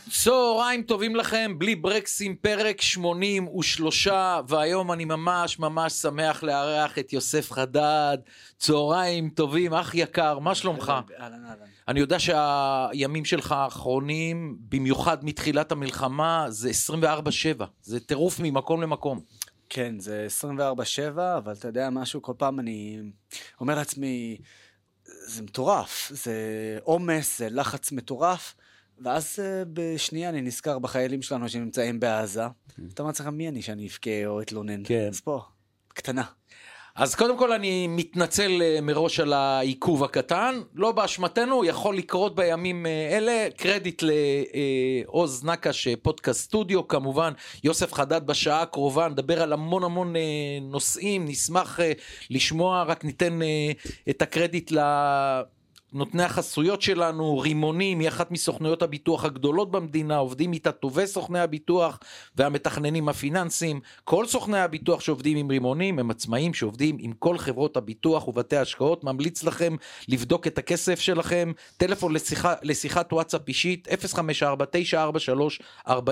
צהריים טובים לכם, בלי ברקסים, פרק 83, והיום אני ממש שמח לארח את יוסף חדד. צהריים טובים, אח יקר, מה שלומך? אני יודע שהימים שלך האחרונים, במיוחד מתחילת המלחמה, זה 24/7, זה טירוף ממקום למקום. כן, זה 24/7, אבל אתה יודע משהו, כל פעם אני אומר לעצמי, זה מטורף, זה עומס, זה לחץ מטורף, ואז בשנייה אני נזכר בחיילים שלנו שנמצאים בעזה. אתה אומר לך, מי אני שאני אבכה או אתלונן? כן. אז פה, קטנה. אז קודם כל אני מתנצל מראש על העיכוב הקטן, לא באשמתנו, יכול לקרות בימים אלה, קרדיט לעוז נקש, פודקאסט סטודיו, כמובן, יוסף חדד בשעה הקרובה, נדבר על המון נושאים, נשמח לשמוע, רק ניתן את הקרדיט נותני החסויות שלנו. רימונים היא אחת מסוכנויות הביטוח הגדולות במדינה, עובדים איתה טובי סוכני הביטוח והמתכננים הפיננסיים. כל סוכני הביטוח שעובדים עם רימונים הם עצמאים שעובדים עם כל חברות הביטוח ובתי ההשקעות. ממליץ לכם לבדוק את הכסף שלכם. טלפון לשיחת וואטסאפ אישית 054-943-4208,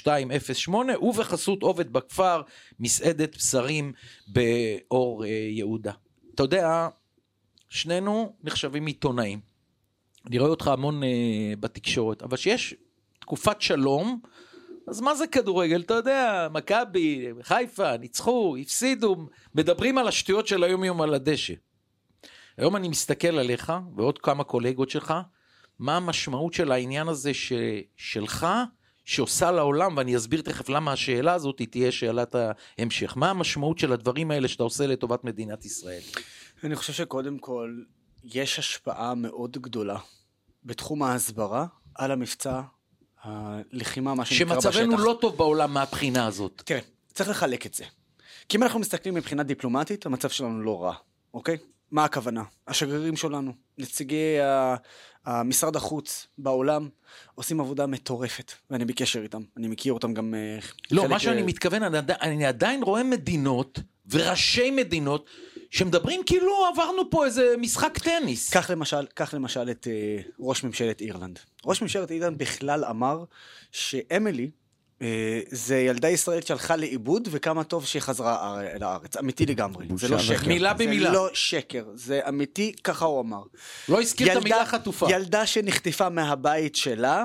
ובחסות עובד בכפר, מסעדת בשרים באור יהודה. אתה יודע, שנינו נחשבים עיתונאים, אני רואה אותך המון בתקשורת, אבל שיש תקופת שלום, אז מה זה כדורגל? אתה יודע, מכבי, חיפה, ניצחו, הפסידו, מדברים על השטויות של היום על הדשא. היום אני מסתכל עליך, ועוד כמה קולגות שלך, מה המשמעות של העניין הזה שלך, שעושה לעולם, ואני אסביר תכף למה השאלה הזאת תהיה שאלת ההמשך. מה המשמעות של הדברים האלה שאתה עושה לטובת מדינת ישראל? אני חושב שקודם כל, יש השפעה מאוד גדולה בתחום ההסברה על המבצע, הלחימה, מה שנקרא בשטח. שמצבנו לא טוב בעולם מהבחינה הזאת. תראה, צריך לחלק את זה. כי אם אנחנו מסתכלים מבחינה דיפלומטית, המצב שלנו לא רע, אוקיי? מה הכוונה? השגרירים שלנו, נציגי משרד החוץ בעולם, עושים עבודה מטורפת, ואני בקשר איתם. אני מכיר אותם גם לא, מה שאני מתכוון, אני עדיין רואה מדינות וראשי מדינות שמדברים כאילו עברנו פה איזה משחק טניס. קח למשל את ראש ממשלת אירלנד. ראש ממשלת אירלנד בכלל אמר שאמילי זה ילדה ישראל שהלכה לאיבוד, וכמה טוב שהיא חזרה לארץ. אמיתי לגמרי. זה לא שקר. מילה במילה. זה לא שקר. זה אמיתי, ככה הוא אמר. לא הזכיר את המילה חטופה. ילדה שנחטפה מהבית שלה,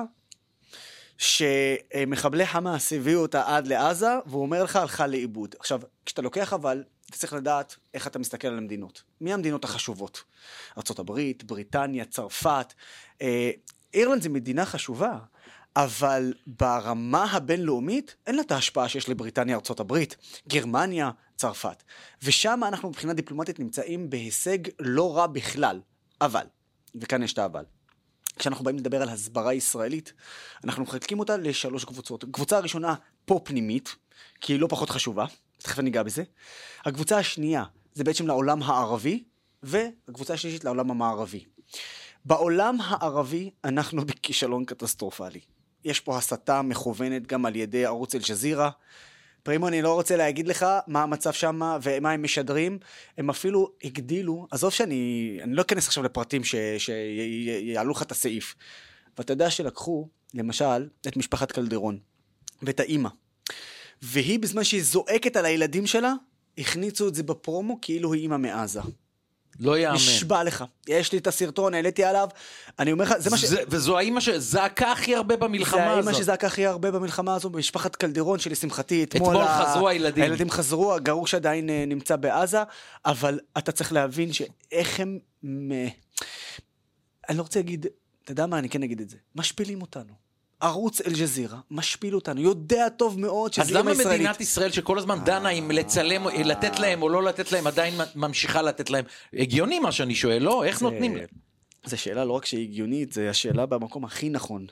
שמחבלי חמאס הביאו אותה עד לעזה, והוא אומר לך, הלכה לאיבוד. עכשיו, כשאתה לוקח אבל, אתה צריך לדעת איך אתה מסתכל על המדינות. מי המדינות החשובות? ארצות הברית, בריטניה, צרפת. אירלנד זה מדינה חשובה, אבל ברמה הבינלאומית אין לה את ההשפעה שיש לבריטניה, ארצות הברית, גרמניה, צרפת. ושם אנחנו מבחינה דיפלומטית נמצאים בהישג לא רע בכלל. אבל, וכאן יש את האבל. כשאנחנו באים לדבר על הסברה ישראלית, אנחנו מחלקים אותה לשלוש קבוצות. הקבוצה הראשונה פה פנימית, כי היא לא פחות חשובה, תכף ניגע בזה. הקבוצה השנייה זה בעצם לעולם הערבי, והקבוצה השלישית לעולם המערבי. בעולם הערבי אנחנו בכישלון קטסטרופלי. יש פה הסתה מכוונת גם על ידי ערוץ אל-ג'זירה. פרימו, אני לא רוצה להגיד לך מה המצב שם ומה הם משדרים. הם אפילו הגדילו, עזוב שאני לא אכנס עכשיו לפרטים שיעלו לך את הסעיף. ואתה יודע שלקחו, למשל, את משפחת קלדרון ואת האימא. והיא בזמן שהיא זועקת על הילדים שלה, הכניסו את זה בפרומו כאילו היא אימא מעזה. לא יאמן. נשבע לך. יש לי את הסרטון, העליתי עליו. אני אומר לך, זה מה וזו האמא שזעקה הכי הרבה במלחמה הזאת. זה האמא שזעקה הכי הרבה במלחמה הזאת, במשפחת קלדרון שלי, שמחתי. אתמול חזרו הילדים. הילדים חזרו, הגרוש עדיין נמצא בעזה, אבל אתה צריך להבין שאיך הם... אני לא רוצה להגיד, אתה יודע מה, אני כן אגיד את זה. משפילים אותנו. ערוץ אל-ג'זירה משפיל אותנו, יודע טוב מאוד שזה אז למה מדינת ישראל שכל הזמן דנה אם לצלם, לתת להם או לא לתת להם, עדיין ממשיכה לתת להם? הגיוני מה שאני שואל, לא? איך נותנים? זו שאלה לא רק שהיא הגיונית, זו השאלה במקום הכי נכון.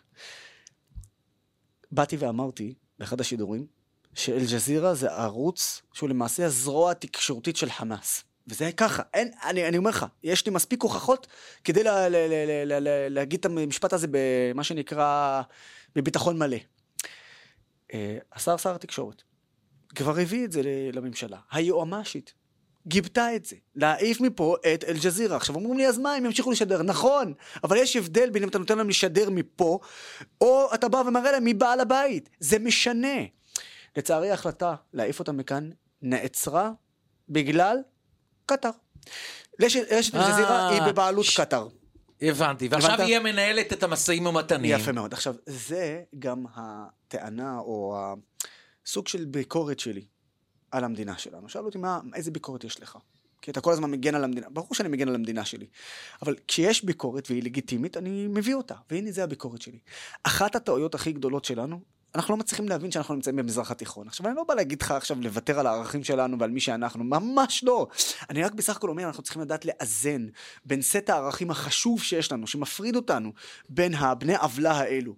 באתי ואמרתי באחד השידורים, שאל-ג'זירה זה ערוץ שהוא למעשה הזרוע התקשורתית של חמאס. וזה ככה, אני אומר לך, יש לי מספיק הוכחות כדי להגיד את המשפט הזה במה שנקרא בביטחון מלא. שר התקשורת כבר הביא את זה לממשלה. היועמ"שית גיבתה את זה, להעיף מפה את אל-ג'זירה. עכשיו אומרים לי, אז מה, הם ימשיכו לשדר? נכון, אבל יש הבדל בין אם אתה נותן להם לשדר מפה, או אתה בא ומראה להם מי בעל הבית. זה משנה. לצערי ההחלטה להעיף אותם מכאן נעצרה בגלל קטר. רשת אל-ג'זירה היא בבעלות קטר. הבנתי, ועכשיו היא מנהלת את המסעים ומתנים. יפה מאוד. עכשיו, זה גם הטענה או הסוג של ביקורת שלי על המדינה שלנו. שאלו אותי, איזה ביקורת יש לך? כי אתה כל הזמן מגן על המדינה. ברור שאני מגן על המדינה שלי. אבל כשיש ביקורת והיא לגיטימית, אני מביא אותה. והנה זה הביקורת שלי. אחת הטעויות הכי גדולות שלנו, אנחנו לא מצליחים להבין שאנחנו נמצאים במזרח התיכון. עכשיו, אני לא בא להגיד לך עכשיו לוותר על הערכים שלנו ועל מי שאנחנו. ממש לא. אני רק בסך הכל אומר, אנחנו צריכים לדעת לאזן בין סט הערכים החשוב שיש לנו, שמפריד אותנו בין הבני עוולה האלו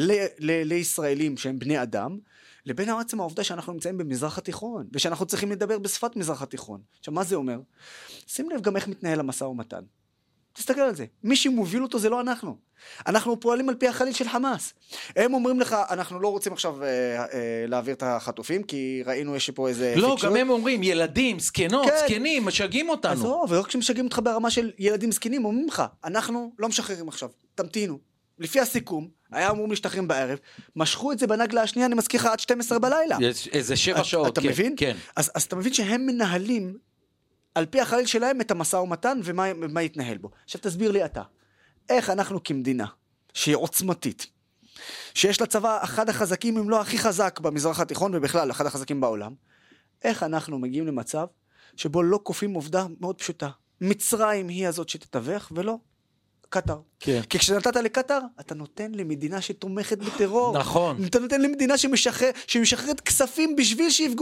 לישראלים שהם בני אדם, לבין עצם העובדה שאנחנו נמצאים במזרח התיכון, ושאנחנו צריכים לדבר בשפת מזרח התיכון. עכשיו, מה זה אומר? שים לב גם איך מתנהל המשא ומתן. תסתכל על זה. מי שמוביל אותו זה לא אנחנו. אנחנו פועלים על פי החליל של חמאס. הם אומרים לך, אנחנו לא רוצים עכשיו להעביר את החטופים, כי ראינו יש פה איזה... לא, גם הם אומרים, ילדים, זקנות, זקנים, משגעים אותנו. אז לא, ורק כשמשגעים אותך ברמה של ילדים זקנים, אומרים לך, אנחנו לא משחררים עכשיו, תמתינו. לפי הסיכום, היה אמור משתחררים בערב, משכו את זה בנגלה השנייה, אני מזכיר לך עד 12 בלילה. איזה 7 שעות, אתה מבין? כן. אז אתה מבין שהם מנהלים על פי החליל שלהם את המשא ומתן ומה יתנהל בו. עכשיו תסביר לי אתה, איך אנחנו כמדינה שהיא עוצמתית, שיש לה צבא אחד החזקים אם לא הכי חזק במזרח התיכון ובכלל אחד החזקים בעולם, איך אנחנו מגיעים למצב שבו לא קופים עובדה מאוד פשוטה, מצרים היא הזאת שתתווך ולא קטר. כן. כי כשנתת לקטר, אתה נותן למדינה שתומכת בטרור. נכון. אתה נותן למדינה שמשחררת כספים בשביל שיפגעו.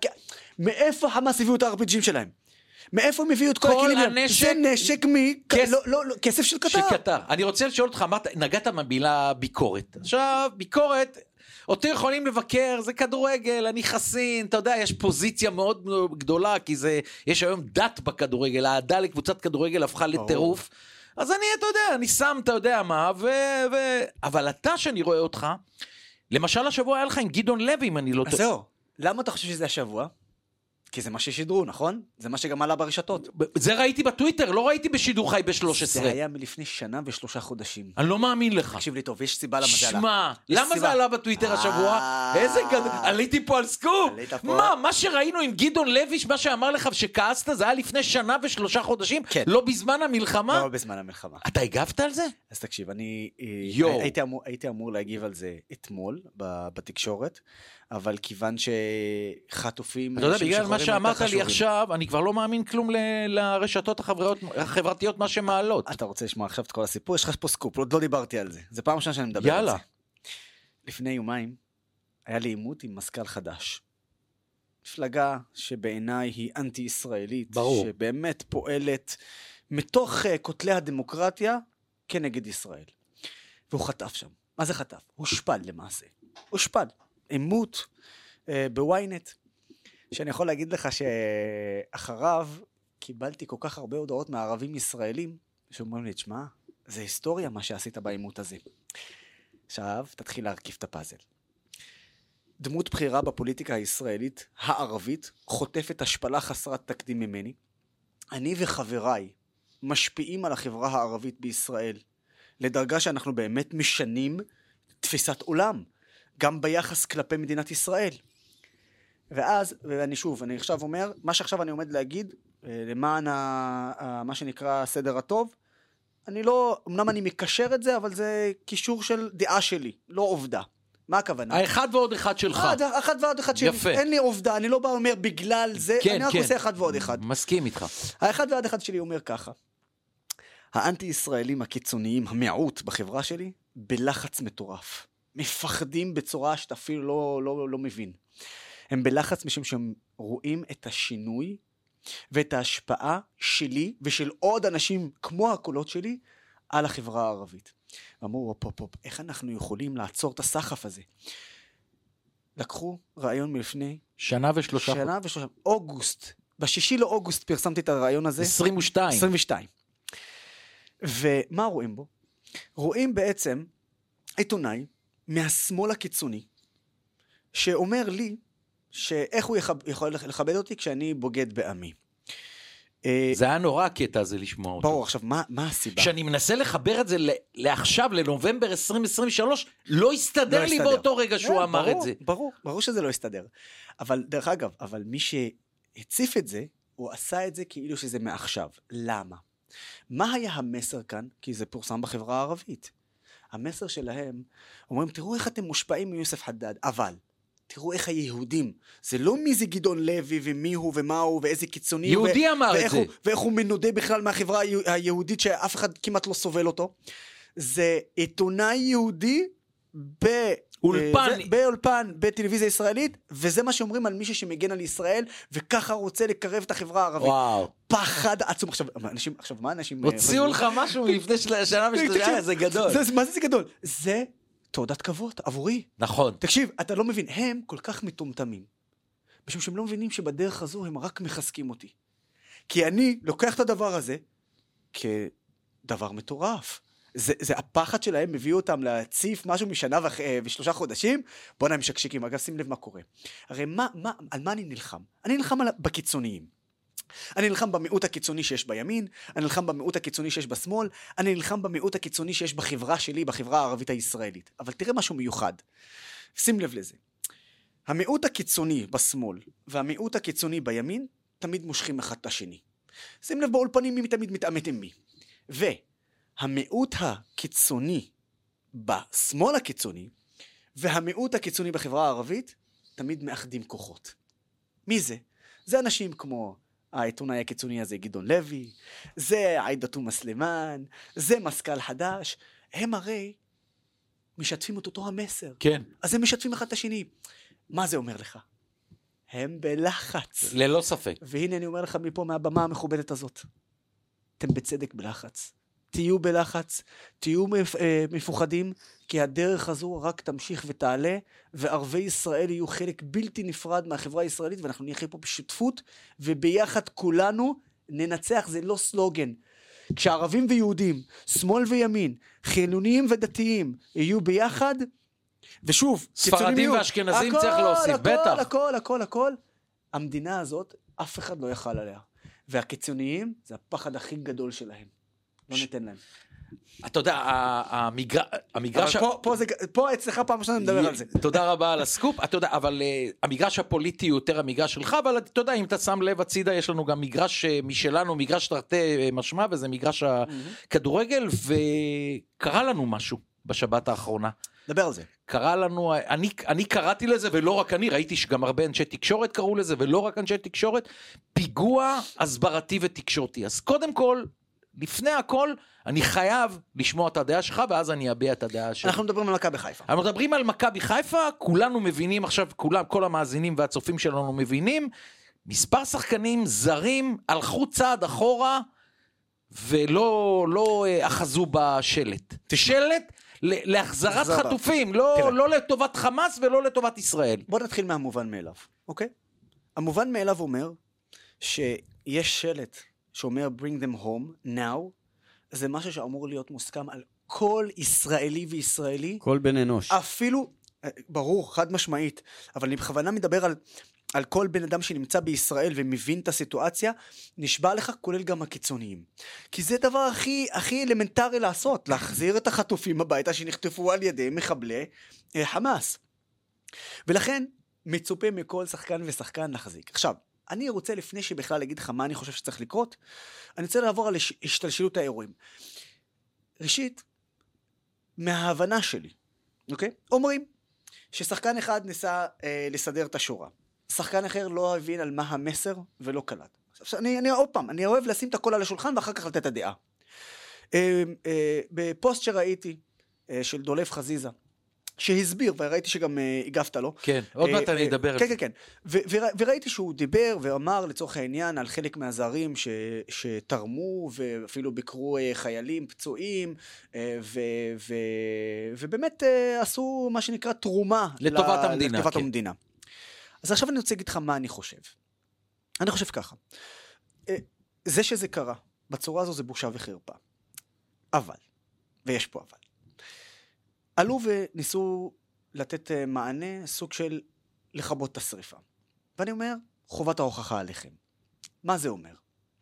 מאיפה חמאס הביאו את ה-RPGים שלהם? מאיפה הם הביאו את כל הכלים? הנשק... זה נשק כסף של קטר. של קטר. אני רוצה לשאול אותך, נגעת במילה ביקורת. עכשיו, ביקורת, אותי יכולים לבקר, זה כדורגל, אני חסין, אתה יודע, יש פוזיציה מאוד גדולה, כי יש היום דת בכדורגל, העדה לקבוצת כדורגל הפכה לטירוף. אז אני, אתה יודע, אני שם, אתה יודע מה, אבל אתה שאני רואה אותך, למשל השבוע היה לך עם גדעון לוי, אם אני לא טועה. זהו, למה אתה חושב שזה השבוע? כי זה מה ששידרו, נכון? זה מה שגם עלה ברשתות. זה ראיתי בטוויטר, לא ראיתי בשידור חי ב-13. זה היה מלפני 1.3 חודשים. אני לא מאמין לך. תקשיב לי טוב, יש סיבה למה זה עלה. שמע, למה זה עלה בטוויטר השבוע? איזה גדול, עליתי פה על סקופ. מה שראינו עם גדעון לוי, מה שאמר לך שכעסת, זה היה לפני 1.3 חודשים? לא בזמן המלחמה? לא בזמן המלחמה. אתה הגבת על זה? אז תקשיב, אני הייתי אמור להגיב על זה אתמול בתקשורת, אבל כיוון שחטופים... אתה יודע, בגלל מה שאמרת לי עכשיו, אני כבר לא מאמין כלום לרשתות החברתיות, מה שמעלות. אתה רוצה לשמוע עכשיו את כל הסיפור? יש לך פה סקופ, עוד לא דיברתי על זה. זה פעם ראשונה שאני מדבר על זה. לפני יומיים, היה לי עימות עם מזכ"ל חדש. מפלגה שבעיניי היא אנטי-ישראלית. ברור. שבאמת פועלת מתוך כותלי הדמוקרטיה כנגד ישראל. והוא חטף שם. מה זה חטף? הושפל למעשה. הושפל. עימות בוויינט, שאני יכול להגיד לך שאחריו קיבלתי כל כך הרבה הודעות מהערבים ישראלים, שאומרים לי, תשמע, זה היסטוריה מה שעשית בעימות הזה. עכשיו, תתחיל להרכיב את הפאזל. דמות בחירה בפוליטיקה הישראלית הערבית, חוטפת השפלה חסרת תקדים ממני. אני וחבריי משפיעים על החברה הערבית בישראל, לדרגה שאנחנו באמת משנים תפיסת עולם. גם ביחס כלפי מדינת ישראל. ואז, אני עכשיו אומר, מה שעכשיו אני עומד להגיד, למען מה שנקרא סדר הטוב, אני לא, אמנם אני מקשר את זה, אבל זה קישור של דעה שלי, לא עובדה. מה הכוונה? האחד ועוד אחד שלך. אחד ועוד אחד שלי. יפה. אין לי עובדה, אני לא בא אומר בגלל זה, כן, אני רק עושה אחד ועוד אחד. מסכים איתך. האחד ועוד אחד שלי אומר ככה, האנטי-ישראלים הקיצוניים, המיעוט בחברה שלי, בלחץ מטורף. מפחדים בצורה שאתה אפילו לא מבין. הם בלחץ משום שהם רואים את השינוי ואת ההשפעה שלי ושל עוד אנשים כמו הקולות שלי על החברה הערבית. אמרו, איך אנחנו יכולים לעצור את הסחף הזה? לקחו רעיון מלפני 1.3 שנה. אוגוסט. ב6 לאוגוסט פרסמתי את הרעיון הזה. 22. ומה רואים בו? רואים בעצם עיתונאי מהשמאל הקיצוני, שאומר לי שאיך הוא יכול לכבד אותי כשאני בוגד בעמי. זה היה נורא הקטע הזה לשמוע אותו. ברור, עכשיו, מה הסיבה? שאני מנסה לחבר את זה לעכשיו, לנובמבר 2023, לא הסתדר לי באותו רגע שהוא אמר את זה. ברור שזה לא הסתדר. אבל דרך אגב, מי שהציף את זה, הוא עשה את זה כאילו שזה מעכשיו. למה? מה היה המסר כאן? כי זה פורסם בחברה הערבית. המסר שלהם, אומרים, תראו איך אתם מושפעים מיוסף חדד, אבל תראו איך היהודים, זה לא מי זה גדעון לוי ומי הוא ומה הוא ואיזה קיצוני. יהודי אמר את זה. ואיך הוא מנודה בכלל מהחברה היהודית שאף אחד כמעט לא סובל אותו. זה עיתונאי יהודי באולפן, בטלוויזיה ישראלית, וזה מה שאומרים על מישהו שמגן על ישראל, וככה רוצה לקרב את החברה הערבית. וואו. פחד עצום. עכשיו, מה אנשים... הוציאו לך משהו לפני שנה ושלושה, זה גדול. מה זה גדול? זה תעודת כבוד עבורי. נכון. תקשיב, אתה לא מבין, הם כל כך מטומטמים, משום שהם לא מבינים שבדרך הזו הם רק מחזקים אותי. כי אני לוקח את הדבר הזה כדבר מטורף. זה הפחד שלהם מביא אותם להציף משהו משנה ושלושה חודשים, בוא נהם שקשיקים, אגב שים לב מה קורה. הרי על מה אני נלחם? אני נלחם בקיצוניים. אני נלחם במיעוט הקיצוני שיש בימין, אני נלחם במיעוט הקיצוני שיש בשמאל, אני נלחם במיעוט הקיצוני שיש בחברה שלי, בחברה הערבית הישראלית. אבל תראה משהו מיוחד, שים לב לזה. המיעוט הקיצוני בשמאל והמיעוט הקיצוני בימין תמיד מושכים אחד את השני. שים לב באולפנים מי תמיד מתעמת עם מי. והמיעוט הקיצוני בשמאל הקיצוני והמיעוט הקיצוני בחברה הערבית תמיד מאחדים כוחות. מי זה? זה אנשים כמו העיתונאי הקיצוני הזה גדעון לוי, זה עאידה תומא סלימאן, זה מזכ"ל חדש, הם הרי משתפים את אותו המסר. כן. אז הם משתפים אחד את השני. מה זה אומר לך? הם בלחץ. ללא ספק. והנה אני אומר לך מפה מהבמה המכובדת הזאת. אתם בצדק בלחץ. תהיו בלחץ, תהיו מפוחדים, כי הדרך הזו רק תמשיך ותעלה, וערבי ישראל יהיו חלק בלתי נפרד מהחברה הישראלית, ואנחנו נהיה פה בשותפות, וביחד כולנו ננצח, זה לא סלוגן. כשערבים ויהודים, שמאל וימין, חילוניים ודתיים, יהיו ביחד, ושוב, ספרדים ואשכנזים צריך להוסיף, בטח. הכל, המדינה הזאת, אף אחד לא יכל עליה. והקיצוניים, זה הפחד הכי גדול שלהם. לא ניתן להם. אתה יודע, המגרש... פה אצלך פעם ראשונה נדבר על זה. תודה רבה על הסקופ. אתה יודע, אבל המגרש הפוליטי הוא יותר המגרש שלך, אבל אתה יודע, אם אתה שם לב הצידה, יש לנו גם מגרש משלנו, מגרש תרתי משמע, וזה מגרש הכדורגל, וקרה לנו משהו בשבת האחרונה. דבר על זה. קרה לנו, אני קראתי לזה, ולא רק אני, ראיתי שגם הרבה אנשי תקשורת קראו לזה, ולא רק אנשי תקשורת, פיגוע הסברתי ותקשורתי. אז קודם כל, לפני הכל, אני חייב לשמוע את הדעה שלך, ואז אני אביע את הדעה שלי. אנחנו מדברים על מכבי חיפה. אנחנו מדברים על מכבי חיפה, כולנו מבינים עכשיו, כל המאזינים והצופים שלנו מבינים, מספר שחקנים זרים הלכו צעד אחורה, ולא אחזו בשלט. שלט להחזרת חטופים, לא לטובת חמאס ולא לטובת ישראל. בוא נתחיל מהמובן מאליו, אוקיי? המובן מאליו אומר, שיש שלט, שאומר bring them home now, זה משהו שאמור להיות מוסכם על כל ישראלי וישראלי. כל בן אנוש. אפילו, ברור, חד משמעית, אבל אני בכוונה מדבר על כל בן אדם שנמצא בישראל ומבין את הסיטואציה, נשבע לך כולל גם הקיצוניים. כי זה דבר הכי אלמנטרי לעשות, להחזיר את החטופים הביתה שנחטפו על ידי מחבלי חמאס. ולכן מצופה מכל שחקן ושחקן להחזיק. עכשיו, אני רוצה לפני שבכלל להגיד לך מה אני חושב שצריך לקרות, אני רוצה לעבור על השתלשלות האירועים. ראשית, מההבנה שלי, אוקיי? אומרים ששחקן אחד ניסה לסדר את השורה. שחקן אחר לא הבין על מה המסר ולא קלט. אני עוד פעם, אני אוהב לשים את הכל על השולחן ואחר כך לתת את הדעה. בפוסט שראיתי של דולף חזיזה, שהסביר, וראיתי שגם הגפת לו. כן, עוד מעט אני אדבר על זה. כן. וראיתי שהוא דיבר ואמר לצורך העניין על חלק מהזרים שתרמו ואפילו ביקרו חיילים פצועים, ובאמת עשו מה שנקרא תרומה לטובת המדינה. לטובת המדינה. אז עכשיו אני רוצה להגיד לך מה אני חושב. אני חושב ככה. זה שזה קרה, בצורה הזו זה בושה וחרפה. אבל, ויש פה אבל. עלו וניסו לתת מענה, סוג של לכבות את השריפה. ואני אומר, חובת ההוכחה עליכם. מה זה אומר?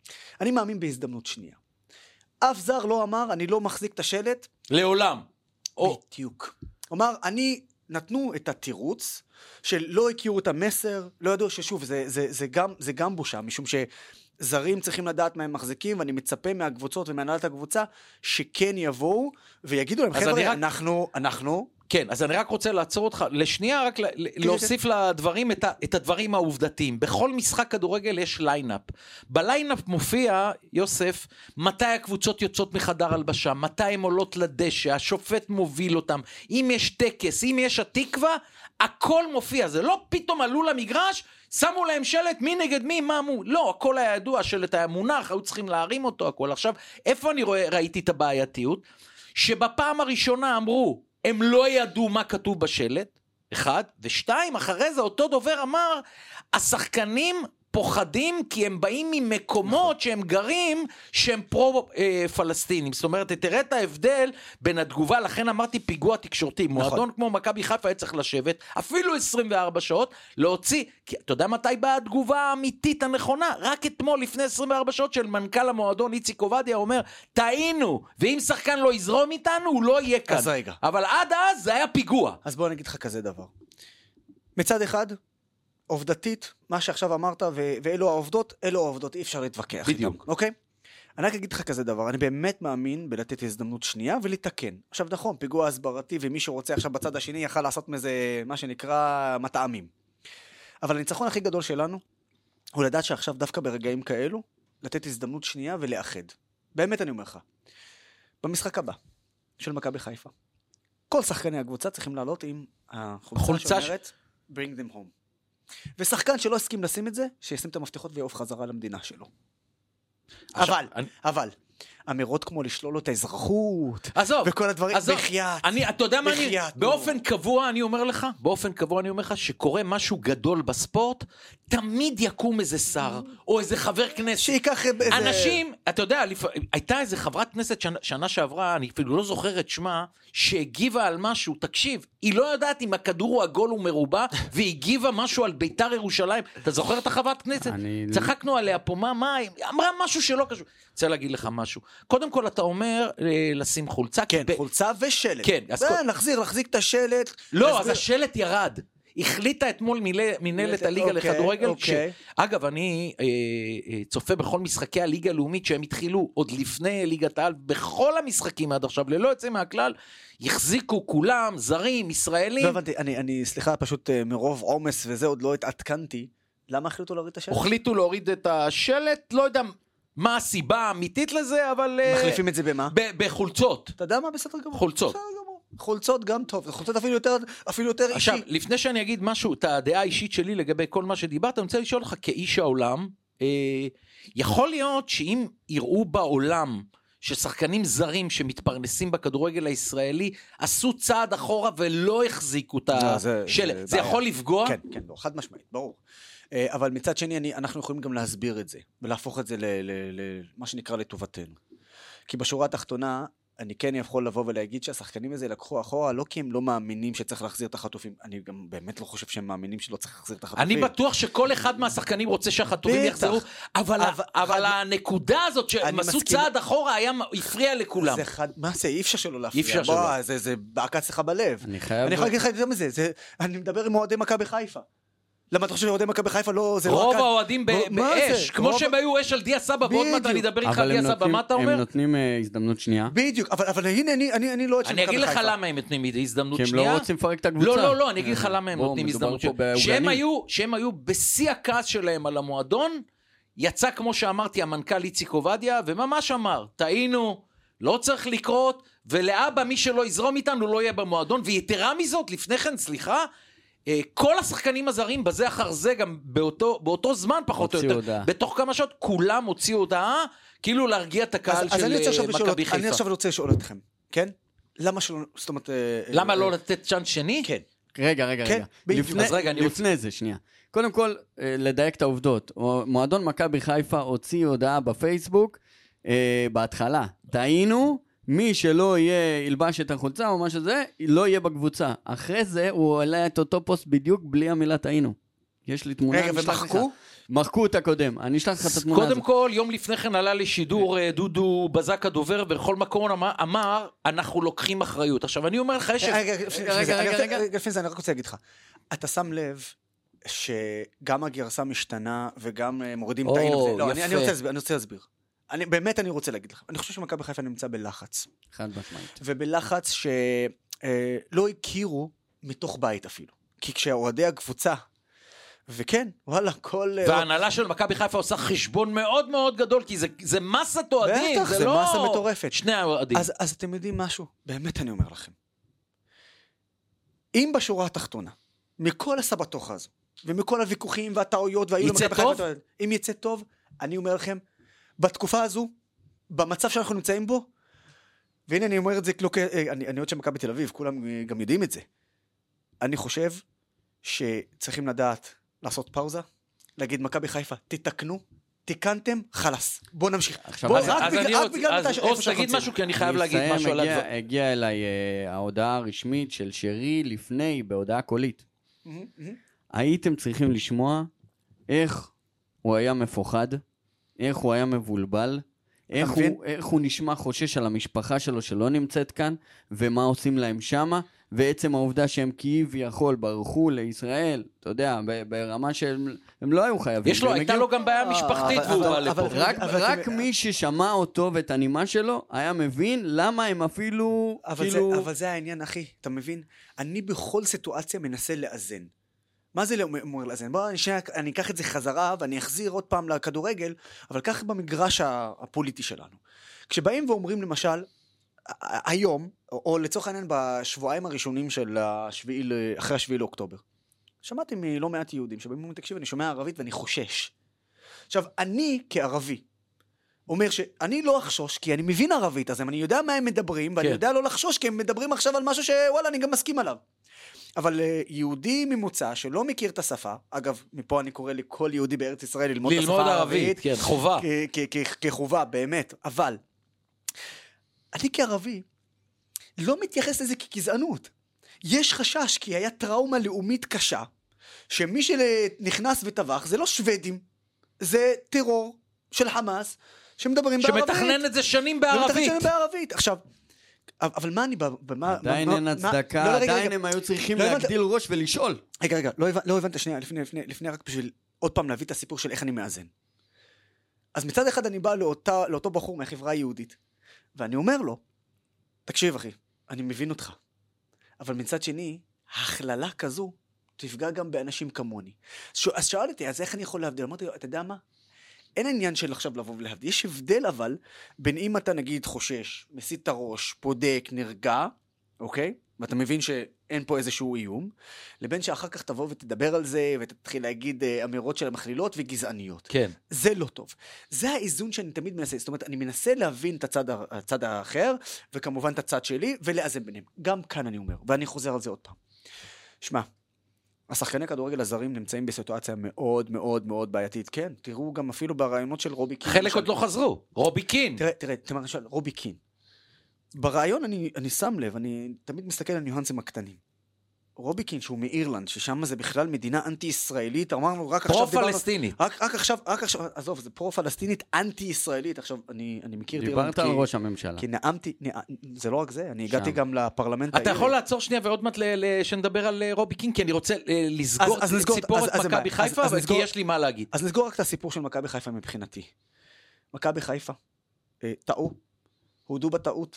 אני מאמין בהזדמנות שנייה. אף זר לא אמר, אני לא מחזיק את השלט. לעולם. בדיוק. אמר, נתנו את התירוץ, שלא הכירו את המסר, לא ידעו ששוב, זה גם בושה, משום שזרים צריכים לדעת מה הם מחזיקים, ואני מצפה מהקבוצות ומהנהלת הקבוצה, שכן יבואו, ויגידו להם, חבר'ה, אנחנו... כן, אז אני רק רוצה לעצור אותך, לשנייה רק להוסיף לדברים את הדברים העובדתיים. בכל משחק כדורגל יש ליינאפ. בליינאפ מופיע, יוסף, מתי הקבוצות יוצאות מחדר הלבשה, מתי הן עולות לדשא, השופט מוביל אותם, אם יש טקס, אם יש התקווה, הכל מופיע. זה לא פתאום עלו למגרש, שמו להם שלט, מי נגד מי, מה מו? לא, הכל היה ידוע, השלט היה מונח, היו צריכים להרים אותו, הכל. עכשיו, איפה אני ראיתי את הבעייתיות? שבפעם הראשונה אמרו, הם לא ידעו מה כתוב בשלט, אחד, ושתיים, אחרי זה אותו דובר אמר, השחקנים פוחדים כי הם באים ממקומות שהם גרים, שהם פרו-פלסטינים. זאת אומרת, תראה את ההבדל בין התגובה, לכן אמרתי פיגוע תקשורתי, מועדון כמו מכבי חיפה היה צריך לשבת, אפילו 24 שעות, להוציא, כי אתה יודע מתי באה התגובה האמיתית הנכונה? רק אתמול, לפני 24 שעות, של מנכ"ל המועדון, איציק עובדיה, אומר, טעינו, ואם שחקן לא יזרום איתנו, הוא לא יהיה כאן. אז רגע. אבל עד אז זה היה פיגוע. אז בוא נגיד לך כזה דבר. מצד אחד, עובדתית, מה שעכשיו אמרת, ואלו העובדות, אי אפשר להתווכח. בדיוק. איתם, אוקיי? אני רק אגיד לך כזה דבר, אני באמת מאמין בלתת הזדמנות שנייה ולתקן. עכשיו נכון, פיגוע הסברתי, ומי שרוצה עכשיו בצד השני יכל לעשות מזה מה שנקרא מטעמים. אבל הניצחון הכי גדול שלנו, הוא לדעת שעכשיו דווקא ברגעים כאלו, לתת הזדמנות שנייה ולאחד. באמת אני אומר לך. במשחק הבא, של מכבי חיפה, כל שחקני הקבוצה צריכים לעלות עם החולצה שאומרת, bring them home. ושחקן שלא הסכים לשים את זה, שישים את המפתחות ויעוף חזרה למדינה שלו. אבל, אמירות כמו לשלול לו את האזרחות, וכל הדברים, בחייאת. אתה יודע מה באופן קבוע אני אומר לך, שקורה משהו גדול בספורט, תמיד יקום איזה שר, או איזה חבר כנסת. שיקח איזה... אנשים, אתה יודע, הייתה איזה חברת כנסת שנה שעברה, אני אפילו לא זוכר את שמה, שהגיבה על משהו, תקשיב, היא לא יודעת אם הכדור הוא עגול ומרובע, והיא הגיבה משהו על ביתר ירושלים. אתה זוכר את החברת כנסת? צחקנו עליה פה, מה? אמרה משהו שלא קשור. רוצה להגיד לך משהו. קודם כל אתה אומר לשים חולצה. כן, חולצה ושלט. כן. להחזיק את השלט. לא, אז השלט ירד. החליטה אתמול מנהלת הליגה לכדורגל. אגב, אני צופה בכל משחקי הליגה הלאומית שהם התחילו עוד לפני ליגת העל, בכל המשחקים עד עכשיו, ללא יוצא מהכלל, יחזיקו כולם, זרים, ישראלים. לא הבנתי, אני סליחה, פשוט מרוב עומס וזה עוד לא התעדכנתי. למה החליטו להוריד את השלט? החליטו להוריד את השלט, לא יודע מה הסיבה האמיתית לזה, אבל... מחליפים את זה במה? בחולצות. אתה יודע מה? בסדר גמור. חולצות. חולצות גם טוב, חולצות אפילו יותר אישי. עכשיו, לפני שאני אגיד משהו, את הדעה האישית שלי לגבי כל מה שדיברת, אני רוצה לשאול לך כאיש העולם, יכול להיות שאם יראו בעולם ששחקנים זרים שמתפרנסים בכדורגל הישראלי, עשו צעד אחורה ולא החזיקו את השלט, זה יכול לפגוע? כן, לא, חד משמעית, ברור. אבל מצד שני, אנחנו יכולים גם להסביר את זה, ולהפוך את זה למה שנקרא לטובתנו. כי בשורה התחתונה, אני כן יכול לבוא ולהגיד שהשחקנים הזה לקחו אחורה, לא כי הם לא מאמינים שצריך להחזיר את החטופים, אני גם באמת לא חושב שהם מאמינים שלא צריך להחזיר את החטופים. אני בטוח שכל אחד מהשחקנים רוצה שהחטופים יחזרו, אבל הנקודה הזאת שהם עשו צעד אחורה, הפריע לכולם. מה זה? אי אפשר שלא להפריע. זה בעקץ לך בלב. אני יכול להגיד לך יותר מזה, אני מדבר עם אוהדי מכבי בחיפה. למה אתה חושב שאוהדי מכבי חיפה לא... רוב האוהדים באש, כמו שהם היו אש על דיה סבא, ועוד מעט אני אדבר איתך על דיה סבא, מה אתה אומר? הם נותנים הזדמנות שנייה. בדיוק, אבל הנה, אני לא... אני אגיד לך למה הם נותנים הזדמנות שנייה. כי הם לא רוצים לפרק את הקבוצה. לא, אני אגיד לך למה הם נותנים הזדמנות שנייה. שהם היו בשיא הכעס שלהם על המועדון, יצא כמו שאמרתי, המנכ"ל איציק עובדיה, וממש אמר, טעינו, לא צריך לקרות, ולאבא מי שלא יזרום איתנו לא יהיה במועדון, ויתרה מזאת, לפני כן, סליחה, כל השחקנים הזרים בזה אחר זה גם באותו זמן פחות או יותר, בתוך כמה שעות כולם הוציאו הודעה כאילו להרגיע את הקהל של מכבי חיפה. אני עכשיו רוצה לשאול אתכם, כן? למה שלא, זאת אומרת... למה לא לתת צ'אנס שני? כן. רגע. לפני זה, שנייה. קודם כל, לדייק את העובדות. מועדון מכבי חיפה הוציא הודעה בפייסבוק, בהתחלה. טעינו, מי שלא יהיה ילבש את החולצה או מה שזה, לא יהיה בקבוצה. אחרי זה הוא עלה את אותו פוסט בדיוק בלי המילה טעינו. יש לי תמונה. רגע, ומחקו? מחקו את הקודם, אני אשלח לך את התמונה הזאת. קודם כל, יום לפני כן עלה לי שידור דודו בזק הדובר, ובכל מקום אמר, אנחנו לוקחים אחריות. עכשיו, אני אומר לך, יש... רגע, לפני זה, אני רק רוצה להגיד לך. אתה שם לב שגם הגרסה משתנה, וגם מורידים את העין. לא, אני רוצה להסביר. באמת אני רוצה להגיד לך. אני חושב שמכבי חיפה נמצא בלחץ. חד משמעית. ובלחץ שלא הכירו מתוך בית אפילו. כי כשאוהדי הקבוצה, וכן, וואלה, וההנהלה של מכבי חיפה עושה חשבון מאוד מאוד גדול, כי זה מסת אוהדים, בטח, זה מסה מטורפת. שני האוהדים. אז אתם יודעים משהו? באמת אני אומר לכם. אם בשורה התחתונה, מכל הסבתוך הזו, ומכל הוויכוחים והטעויות, יצא טוב? אם יצא טוב, אני אומר לכם, בתקופה הזו, במצב שאנחנו נמצאים בו, והנה אני אומר את זה, אני עוד שמכבי תל אביב, כולם גם יודעים את זה. אני חושב שצריכים לדעת לעשות פאוזה, להגיד מכבי חיפה, תתקנו, תיקנתם, חלס. בוא נמשיך. אז עוז תגיד משהו, כי אני חייב להגיד משהו על הדבר. הגיעה אליי ההודעה הרשמית של שרי לפני, בהודעה קולית. הייתם צריכים לשמוע איך הוא היה מפוחד, איך הוא היה מבולבל, איך הוא נשמע חושש על המשפחה שלו שלא נמצאת כאן, ומה עושים להם שמה, ועצם העובדה שהם כביכול ברחו לישראל, אתה יודע, ברמה שהם לא היו חייבים. הייתה לו גם בעיה משפחתית והוא בא לפה. רק מי ששמע אותו ואת הנימה שלו, היה מבין למה הם אפילו... אבל זה העניין, אחי, אתה מבין? אני בכל סיטואציה מנסה לאזן. מה זה אומר לאזן? בוא, אני אקח את זה חזרה ואני אחזיר עוד פעם לכדורגל, אבל כך במגרש הפוליטי שלנו. כשבאים ואומרים למשל, היום, או לצורך העניין בשבועיים הראשונים של אחרי השביעי לאוקטובר, שמעתי מלא מעט יהודים שבאים ואומרים, תקשיב, אני שומע ערבית ואני חושש. עכשיו, אני כערבי, אומר שאני לא אחשוש, כי אני מבין ערבית, אז אני יודע מה הם מדברים, ואני יודע לא לחשוש, כי הם מדברים עכשיו על משהו שוואלה, אני גם מסכים עליו. אבל יהודי ממוצא שלא מכיר את השפה, אגב, מפה אני קורא לכל יהודי בארץ ישראל ללמוד את השפה הערבית. כן, חובה. כחובה, באמת. אבל אני כערבי לא מתייחס לזה כגזענות. יש חשש, כי היה טראומה לאומית קשה, שמי שנכנס וטבח זה לא שוודים, זה טרור של חמאס, שמדברים בערבית. שמתכנן את זה שנים בערבית. עכשיו, אבל מה אני... עדיין אין הצדקה, עדיין הם היו צריכים להגדיל ראש ולשאול. רגע, לא הבנת שנייה, לפני רק בשביל עוד פעם להביא את הסיפור של איך אני מאזן. אז מצד אחד אני בא לאותו בחור מהחברה היהודית, ואני אומר לו, תקשיב אחי, אני מבין אותך, אבל מצד שני, הכללה כזו תפגע גם באנשים כמוני. אז שאלתי, אז איך אני יכול להבדיל? אמרתי לו, אתה יודע מה? אין עניין של עכשיו לבוא ולהבדיל. יש הבדל אבל, בין אם אתה נגיד חושש, מסית את הראש, פודק, נרגע, אוקיי? ואתה מבין שאין פה איזשהו איום, לבין שאחר כך תבוא ותדבר על זה, ותתחיל להגיד אמירות של המכלילות וגזעניות. כן. זה לא טוב. זה האיזון שאני תמיד מנסה. זאת אומרת, אני מנסה להבין את הצד האחר, וכמובן את הצד שלי, ולאזן ביניהם. גם כאן אני אומר, ואני חוזר על זה עוד פעם. שמע, השחקני כדורגל הזרים נמצאים בסיטואציה מאוד מאוד מאוד בעייתית. כן, תראו גם אפילו ברעיונות של רובי קין. חלק עוד לא חזרו. רובי קין. תראה, למשל, רובי קין. ברעיון אני שם לב, אני תמיד מסתכל על ניואנסים הקטנים. רובי קין שהוא מאירלנד, ששם זה בכלל מדינה אנטי-ישראלית, אמרנו רק עכשיו... פרו-פלסטינית. רק עכשיו, עזוב, זה פרו-פלסטינית אנטי-ישראלית. עכשיו, אני מכיר את אירלנד. דיברת על ראש הממשלה. כי נאמתי, זה לא רק זה, אני הגעתי גם לפרלמנט אתה יכול לעצור שנייה ועוד מעט שנדבר על רובי קין, כי אני רוצה לסגור את ציפורת מכבי חיפה, כי יש לי מה להגיד. אז נסגור רק את הסיפור של מכבי חיפה מבחינתי. מכבי חיפה, טעו, הודו בטעות,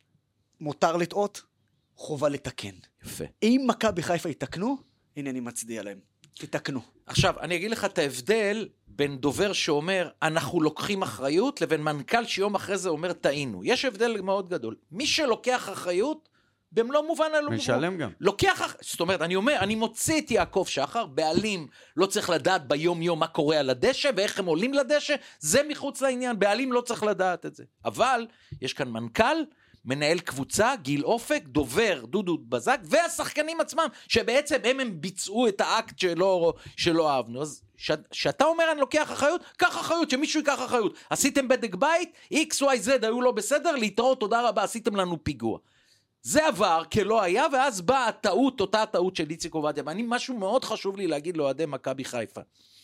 מותר לטעות, חובה לתקן. יפה. אם מכבי חיפה יתקנו, הנה אני מצדיע להם. תתקנו. עכשיו, אני אגיד לך את ההבדל בין דובר שאומר, אנחנו לוקחים אחריות, לבין מנכ"ל שיום אחרי זה אומר, טעינו. יש הבדל מאוד גדול. מי שלוקח אחריות, במלוא מובן עלו. משלם גם. זאת אומרת, אני אומר, אני מוציא את יעקב שחר, בעלים לא צריך לדעת ביום יום מה קורה על הדשא, ואיך הם עולים לדשא, זה מחוץ לעניין. בעלים לא צריך לדעת את זה. אבל, יש כאן מנכ"ל, מנהל קבוצה, גיל אופק, דובר, דודו בזק, והשחקנים עצמם, שבעצם הם ביצעו את האקט שלא אהבנו. אז שאתה אומר, אני לוקח אחריות, קח אחריות, שמישהו ייקח אחריות. עשיתם בדק בית, XYZ היו לא בסדר, להתראות, תודה רבה, עשיתם לנו פיגוע. זה עבר כלא היה, ואז באה הטעות, אותה הטעות של איציק עובדיה, ואני משהו מאוד חשוב לי להגיד לאוהדי מכבי חיפה.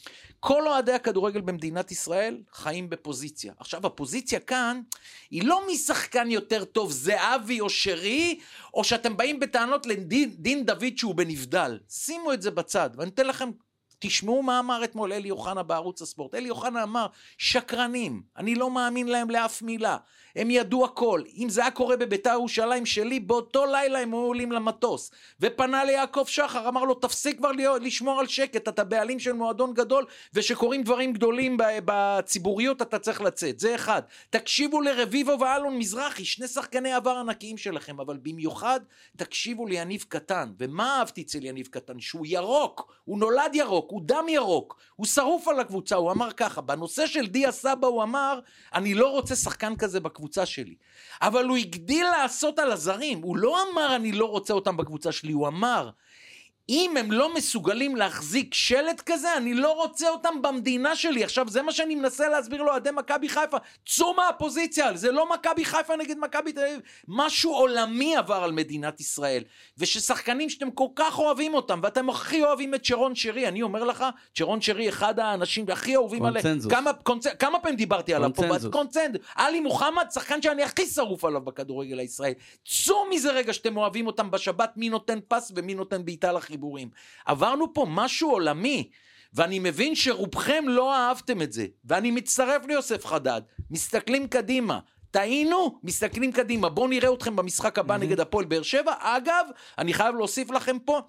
כל אוהדי הכדורגל במדינת ישראל חיים בפוזיציה. עכשיו, הפוזיציה כאן היא לא משחקן יותר טוב, זהבי או שרי, או שאתם באים בטענות לדין דוד שהוא בנבדל. שימו את זה בצד, ואני אתן לכם, תשמעו מה אמר אתמול אלי אוחנה בערוץ הספורט. אלי אוחנה אמר, שקרנים, אני לא מאמין להם לאף מילה. הם ידעו הכל. אם זה היה קורה בבית"ר ירושלים שלי, באותו לילה הם עולים למטוס. ופנה ליעקב שחר, אמר לו, תפסיק כבר לשמור על שקט, אתה בעלים של מועדון גדול, ושקוראים דברים גדולים בציבוריות, אתה צריך לצאת. זה אחד. תקשיבו לרביבו ואלון מזרחי, שני שחקני עבר ענקיים שלכם, אבל במיוחד תקשיבו ליניב קטן. ומה אהבתי אצל יניב קטן? שהוא ירוק, הוא נולד ירוק, הוא דם ירוק, הוא שרוף על הקבוצה, הוא אמר ככה, בנושא של דיה סבא הוא אמר, אני לא רוצה שחקן כזה בקבוצה שלי, אבל הוא הגדיל לעשות על הזרים, הוא לא אמר אני לא רוצה אותם בקבוצה שלי, הוא אמר, אם הם לא מסוגלים להחזיק שלט כזה, אני לא רוצה אותם במדינה שלי. עכשיו, זה מה שאני מנסה להסביר לו, עדי מכבי חיפה, צאו מהפוזיציה, זה לא מכבי חיפה נגד מכבי תל אביב, משהו עולמי עבר על מדינת ישראל, וששחקנים שאתם כל כך אוהבים אותם, ואתם הכי אוהבים את שרון שרי, אני אומר לך, שרון שרי אחד האנשים הכי אוהבים עליהם, כמה פעמים דיברתי עליו פה, קונצנזוס, עלי מוחמד, שחקן שאני הכי שרוף עליו בכדורגל הישראל, צאו מזה רגע שאתם אוהבים אותם בשבת, מי נותן פס ומי נותן בעיטה לחיבורים. עברנו פה משהו עולמי, ואני מבין שרובכם לא אהבתם את זה, ואני מצטרף ליוסף חדד, מסתכלים קדימה, טעינו, מסתכלים קדימה, בואו נראה אתכם במשחק הבא נגד הפועל באר שבע. אגב, אני חייב להוסיף לכם פה,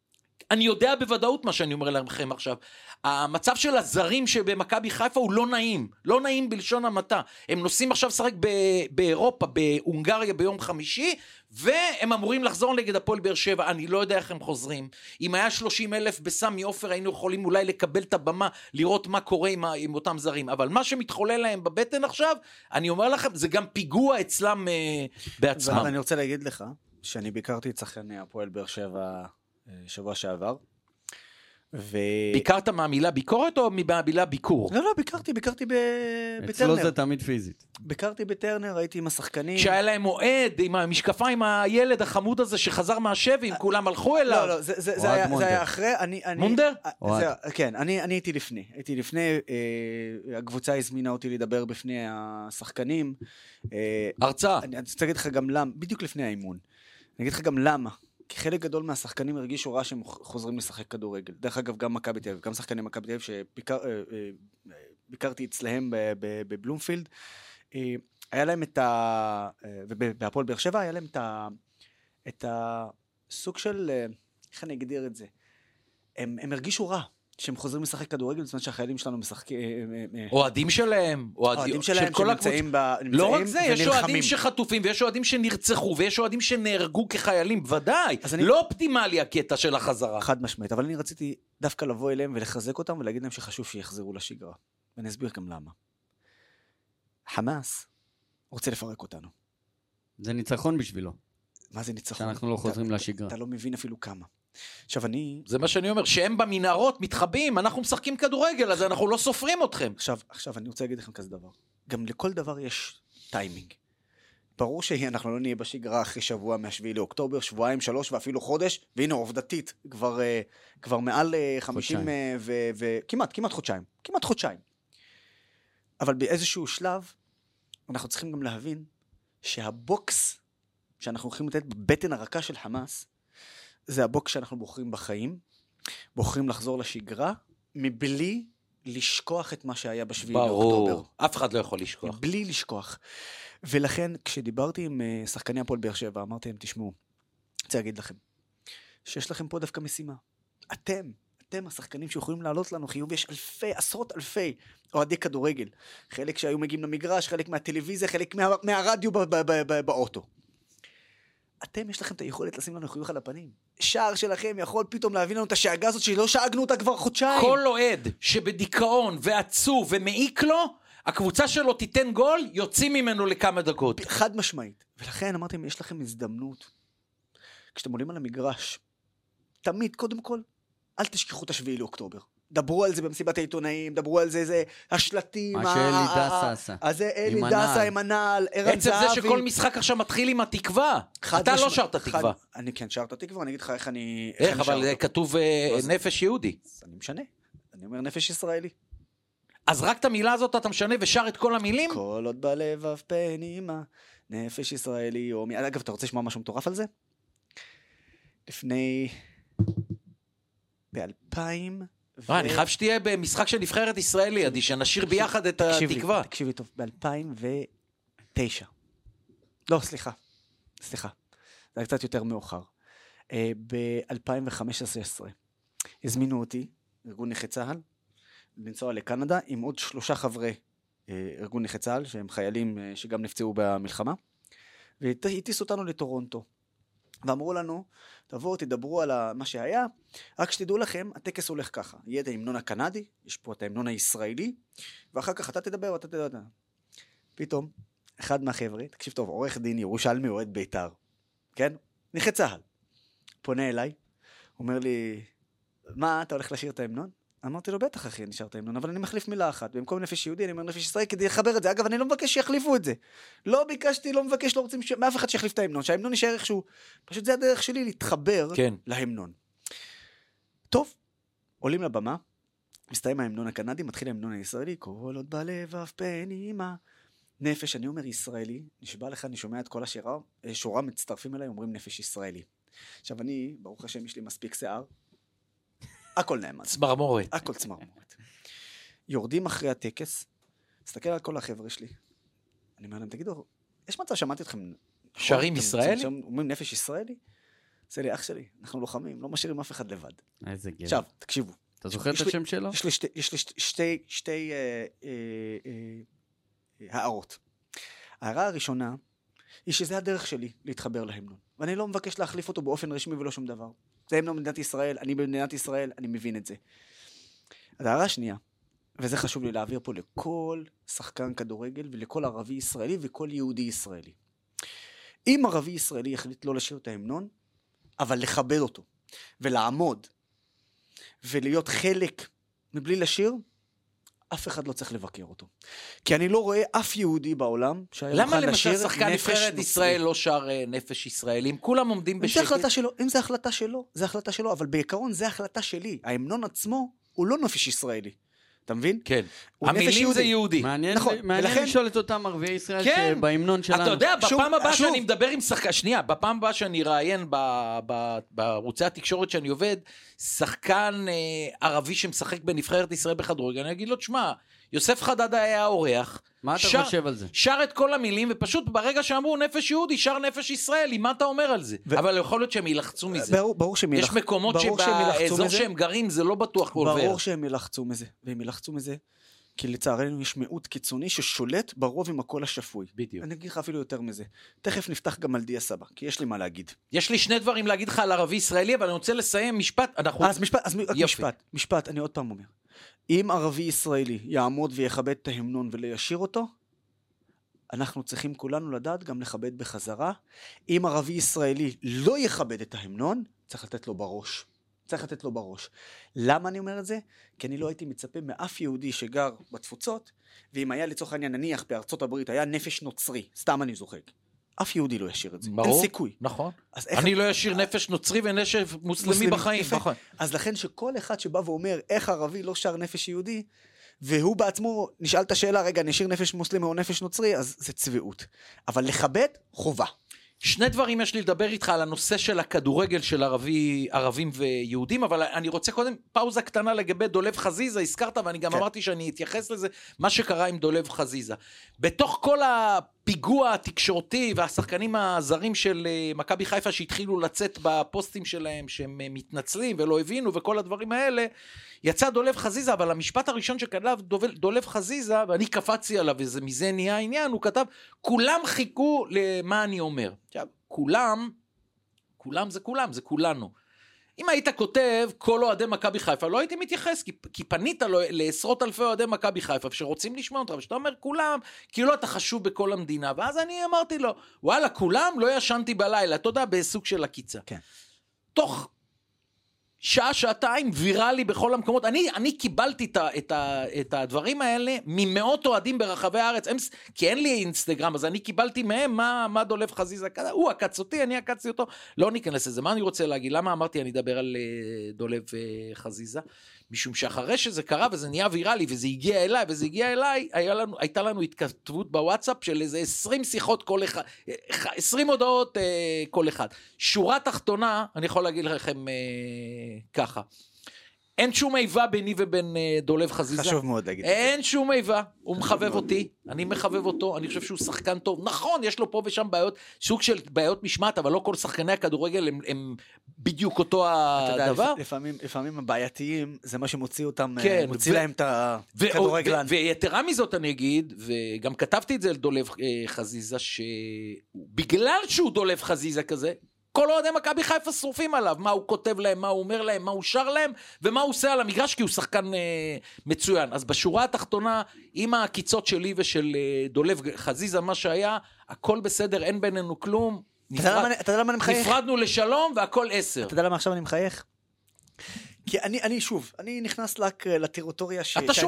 אני יודע בוודאות מה שאני אומר לכם עכשיו, המצב של הזרים שבמכבי חיפה הוא לא נעים, לא נעים בלשון המעטה. הם נוסעים עכשיו לשחק באירופה, בהונגריה ביום חמישי, והם אמורים לחזור נגד הפועל באר שבע, אני לא יודע איך הם חוזרים. אם היה 30,000 בסמי עופר, היינו יכולים אולי לקבל את הבמה, לראות מה קורה עם אותם זרים, אבל מה שמתחולל להם בבטן עכשיו, אני אומר לכם, זה גם פיגוע אצלם בעצמם. ואני רוצה להגיד לך, שאני ביקרתי את שחקני הפועל באר שבע שבוע שעבר, ביקרת מהמילה ביקורת או מהמילה ביקור? לא, ביקרתי בטרנר. אצלו זה תמיד פיזית. ביקרתי בטרנר, הייתי עם השחקנים. שהיה להם מועד, עם המשקפיים, הילד החמוד הזה שחזר מהשבי, כולם הלכו אליו. לא, זה היה אחרי. מונדר? כן, אני הייתי לפני, הקבוצה הזמינה אותי לדבר בפני השחקנים. הרצאה. אני רוצה להגיד לך גם למה, בדיוק לפני האימון. אני אגיד לך גם למה. כי חלק גדול מהשחקנים הרגישו רע שהם חוזרים לשחק כדורגל. דרך אגב, גם מכבי תל אביב, גם שחקני מכבי תל אביב שביקרתי אצלהם בבלומפילד, היה להם ובהפועל באר שבע היה להם את הסוג של, איך אני אגדיר את זה? הם הרגישו רע שהם חוזרים לשחק כדורגל, בזמן שהחיילים שלנו משחקים. אוהדים שלהם, אוהדים שלהם שנמצאים לא רק זה, יש אוהדים שחטופים, ויש אוהדים שנרצחו, ויש אוהדים שנהרגו כחיילים, ודאי, לא אופטימלי הקטע של החזרה. חד משמעית, אבל אני רציתי דווקא לבוא אליהם ולחזק אותם, ולהגיד להם שחשוב שיחזרו לשגרה. ואני אסביר גם למה. חמאס רוצה לפרק אותנו. זה ניצחון בשבילו. מה זה ניצחון? שאנחנו לא חוזרים לשגרה. אתה לא מבין אפילו כמה. עכשיו זה מה שאני אומר, שהם במנהרות מתחבאים, אנחנו משחקים כדורגל, אז אנחנו לא סופרים אתכם. עכשיו אני רוצה להגיד לכם כזה דבר. גם לכל דבר יש טיימינג. ברור שאנחנו לא נהיה בשגרה אחרי שבוע מה7 לאוקטובר, שבועיים, 3 ואפילו חודש, והנה עובדתית, כבר מעל 50 וכמעט חודשיים. אבל באיזשהו שלב, אנחנו צריכים גם להבין שהבוקס שאנחנו הולכים לתת בבטן הרכה של חמאס, זה הבוקס שאנחנו בוחרים בחיים, בוחרים לחזור לשגרה, מבלי לשכוח את מה שהיה ב7 לאוקטובר. ברור, אף אחד לא יכול לשכוח. מבלי לשכוח. ולכן, כשדיברתי עם שחקני הפועל באר שבע, אמרתי להם, תשמעו, רוצה להגיד לכם, שיש לכם פה דווקא משימה. אתם השחקנים שיכולים לעלות לנו חיוב, יש עשרות אלפי אוהדי כדורגל. חלק שהיו מגיעים למגרש, חלק מהטלוויזיה, חלק מהרדיו באוטו. אתם יש לכם את היכולת לשים לנו חיוך על הפנים. שער שלכם יכול פתאום להבין לנו את השאגה הזאת שלא שאגנו אותה כבר חודשיים. כל אוהד שבדיכאון ועצוב ומעיק לו, הקבוצה שלו תיתן גול, יוצאים ממנו לכמה דקות. חד משמעית. ולכן אמרתם, יש לכם הזדמנות. כשאתם עולים על המגרש, תמיד, קודם כל, אל תשכחו את 7 לאוקטובר. דברו על זה במסיבת העיתונאים, דברו על זה השלטים. מה שאלי דסה עשה. אז זה אלי דסה עם הנעל, ערן זהבי. עצם זה שכל משחק עכשיו מתחיל עם התקווה. אתה לא שרת התקווה. אני כן שרת התקווה, אני אגיד לך איך אני... איך, אבל כתוב נפש יהודי. אני משנה, אני אומר נפש ישראלי. אז רק את המילה הזאת אתה משנה ושר את כל המילים? כל עוד בלבב פנימה, נפש ישראלי. אגב, אתה רוצה לשמוע משהו מטורף על זה? לפני... ב-2000... אני חייב שתהיה במשחק של נבחרת ישראל לידי, שנשיר ביחד את התקווה. תקשיבי טוב, ב-2009. לא, סליחה. זה היה קצת יותר מאוחר. ב-2015 הזמינו אותי, ארגון נכי צה"ל, לנסוע לקנדה, עם עוד 3 חברי ארגון נכי צה"ל, שהם חיילים שגם נפצעו במלחמה, והטיסו אותנו לטורונטו. ואמרו לנו, תבואו, תדברו על מה שהיה, רק שתדעו לכם, הטקס הולך ככה, יהיה את ההמנון הקנדי, יש פה את ההמנון הישראלי, ואחר כך אתה תדבר, אתה תדבר. פתאום, אחד מהחבר'ה, תקשיב טוב, עורך דין ירושלמי אוהד בית"ר, כן? נכי צה"ל. פונה אליי, אומר לי, מה, אתה הולך לשיר את ההמנון? אמרתי לו, בטח אחי, אני שר את ההמנון, אבל אני מחליף מילה אחת, במקום נפש יהודי, אני אומר נפש ישראל, כדי לחבר את זה. אגב, אני לא מבקש שיחליפו את זה. לא ביקשתי, לא מבקש, לא רוצים מאף אחד שיחליף את ההמנון, שההמנון יישאר איכשהו, פשוט זה הדרך שלי להתחבר להמנון. טוב, עולים לבמה, מסתיים ההמנון הקנדי, מתחיל ההמנון הישראלי, כל עוד בלבב פנימה, נפש, אני אומר ישראלי, נשבע לך, אני שומע את כל השורה מצטרפים אליי, אומרים נפש ישראלי. עכשיו אני, ברוך השם, יש לי מספיק שיער, הכל נאמן. צמרמורת. הכל צמרמורת. יורדים אחרי הטקס, תסתכל על כל החבר'ה שלי. אני אומר להם, תגידו, יש מצב שמעתי אתכם... שרים ישראלי? אומרים נפש ישראלי? זה לי, אח שלי, אנחנו לוחמים, לא משאירים אף אחד לבד. איזה גבר. עכשיו, תקשיבו. אתה זוכר את השם שלו? יש לי שתי הערות. ההערה הראשונה, היא שזה הדרך שלי להתחבר להמנון. ואני לא מבקש להחליף אותו באופן רשמי ולא שום דבר. זה המנון במדינת ישראל, אני במדינת ישראל, אני מבין את זה. ההערה השנייה, וזה חשוב לי להעביר פה לכל שחקן כדורגל ולכל ערבי ישראלי וכל יהודי ישראלי. אם ערבי ישראלי יחליט לא לשיר את ההמנון, אבל לכבד אותו, ולעמוד, ולהיות חלק מבלי לשיר, אף אחד לא צריך לבקר אותו. כי אני לא רואה אף יהודי בעולם שהיה למה מוכן לשיר למשל שחקן נבחרת ישראל לא שר נפש ישראלי? אם כולם עומדים בשקט. אם זה החלטה שלו, זה החלטה שלו, אבל בעיקרון זה החלטה שלי. ההמנון עצמו הוא לא נפש ישראלי. אתה מבין? כן. המילים זה יהודי. מעניין לשאול את אותם ערביי ישראל שבהמנון שלנו. אתה יודע, בפעם הבאה שאני מדבר עם שחקן, שנייה, בפעם הבאה שאני ראיין בערוצי התקשורת שאני עובד, שחקן ערבי שמשחק בנבחרת ישראל בכדורגל, אני אגיד לו, תשמע, יוסף חדדה היה אורח. מה אתה חושב על זה? שר את כל המילים, ופשוט ברגע שאמרו נפש יהודי, שר נפש ישראלי, מה אתה אומר על זה? אבל יכול להיות שהם ילחצו מזה. ברור שהם ילחצו. יש מקומות שבאזור שהם גרים, זה לא בטוח עובר. ברור שהם ילחצו מזה, והם ילחצו מזה, כי לצערנו יש מיעוט קיצוני ששולט ברוב עם הקול השפוי. בדיוק. אני אגיד לך אפילו יותר מזה. תכף נפתח גם על דיה סבא, כי יש לי מה להגיד. יש לי 2 דברים להגיד לך על ערבי ישראלי, אבל אני רוצה לסיים משפט. משפט, אני עוד פעם אומר. אם ערבי ישראלי יעמוד ויכבד את ההמנון וליישיר אותו, אנחנו צריכים כולנו לדעת גם לכבד בחזרה. אם ערבי ישראלי לא יכבד את ההמנון, צריך לתת לו בראש. צריך לתת לו בראש. למה אני אומר את זה? כי אני לא הייתי מצפה מאף יהודי שגר בתפוצות, ואם היה לצורך העניין, נניח בארצות הברית, היה נפש נוצרי, סתם אני זוכר. אף יהודי לא ישיר את זה. ברור, אין סיכוי. נכון. אני לא ישיר נפש נוצרי ונפש מוסלמי בחיים. נכון. אז לכן שכל אחד שבא ואומר איך ערבי לא שר נפש יהודי, והוא בעצמו נשאל את השאלה, רגע, נשיר נפש מוסלמי או נפש נוצרי, אז זה צביעות. אבל לכבד, חובה. 2 דברים יש לי לדבר איתך על הנושא של הכדורגל של ערבים ויהודים, אבל אני רוצה קודם פאוזה קטנה לגבי דולב חזיזה, הזכרת, ואני גם אמרתי שאני אתייחס לזה, מה שקרה עם דולב חזיזה. בתוך כל הפיגוע התקשורתי והשחקנים הזרים של מכבי חיפה שהתחילו לצאת בפוסטים שלהם, שהם מתנצלים ולא הבינו וכל הדברים האלה, יצא דולב חזיזה, אבל המשפט הראשון שכתב דולב חזיזה, ואני קפצתי עליו ומזה נהיה העניין, הוא כתב, כולם חיכו למה אני אומר. עכשיו, כולם זה כולם, זה כולנו. אם היית כותב כל אוהדי מכבי חיפה, לא הייתי מתייחס, כי פנית לעשרות אלפי אוהדי מכבי חיפה, שרוצים לשמוע אותך, ושאתה אומר כולם, כאילו אתה חשוב בכל המדינה, ואז אני אמרתי לו, וואלה, כולם לא ישנתי בלילה, אתה יודע, בסוג של הקיצה. כן. תוך שעתיים ויראלי בכל המקומות. אני קיבלתי את הדברים האלה ממאות אוהדים ברחבי הארץ, כי אין לי אינסטגרם, אז אני קיבלתי מהם מה דולב חזיזה, הוא עקץ אותי, אני עקצתי אותו, לא ניכנס לזה. מה אני רוצה להגיד? למה אמרתי אני אדבר על דולב חזיזה? משום שאחרי שזה קרה וזה נהיה ויראלי וזה הגיע אליי, הייתה לנו התכתבות בוואטסאפ של איזה 20 שיחות כל אחד, 20 הודעות כל אחד. שורה תחתונה, אני יכול להגיד לכם ככה, אין שום איבה ביני ובין דולב חזיזה. חשוב מאוד להגיד. אין שום איבה, הוא מחבב אותי, אני מחבב אותו, אני חושב שהוא שחקן טוב, נכון, יש לו פה ושם בעיות, סוג של בעיות משמעת, אבל לא כל שחקני הכדורגל הם בדיוק אותו הדבר. לפעמים הבעייתיים, זה מה שמוציא אותם, מוציא להם את הכדורגלן. ויתרה מזאת אני אגיד, וגם כתבתי את זה לדולב חזיזה, שבגלל שהוא דולב חזיזה כזה, כל אוהדי מכבי חיפה שרופים עליו, מה הוא כותב להם, מה הוא אומר להם, מה הוא שר להם, ומה הוא עושה על המגרש, כי הוא שחקן מצוין. אז בשורה התחתונה, עם הקיצות שלי ושל דולב חזיזה, מה שהיה, הכל בסדר, אין בינינו כלום. אתה יודע למה אני מחייך? נפרדנו לשלום, והכל 10. אתה יודע למה עכשיו אני מחייך? כי אני נכנס לטריטוריה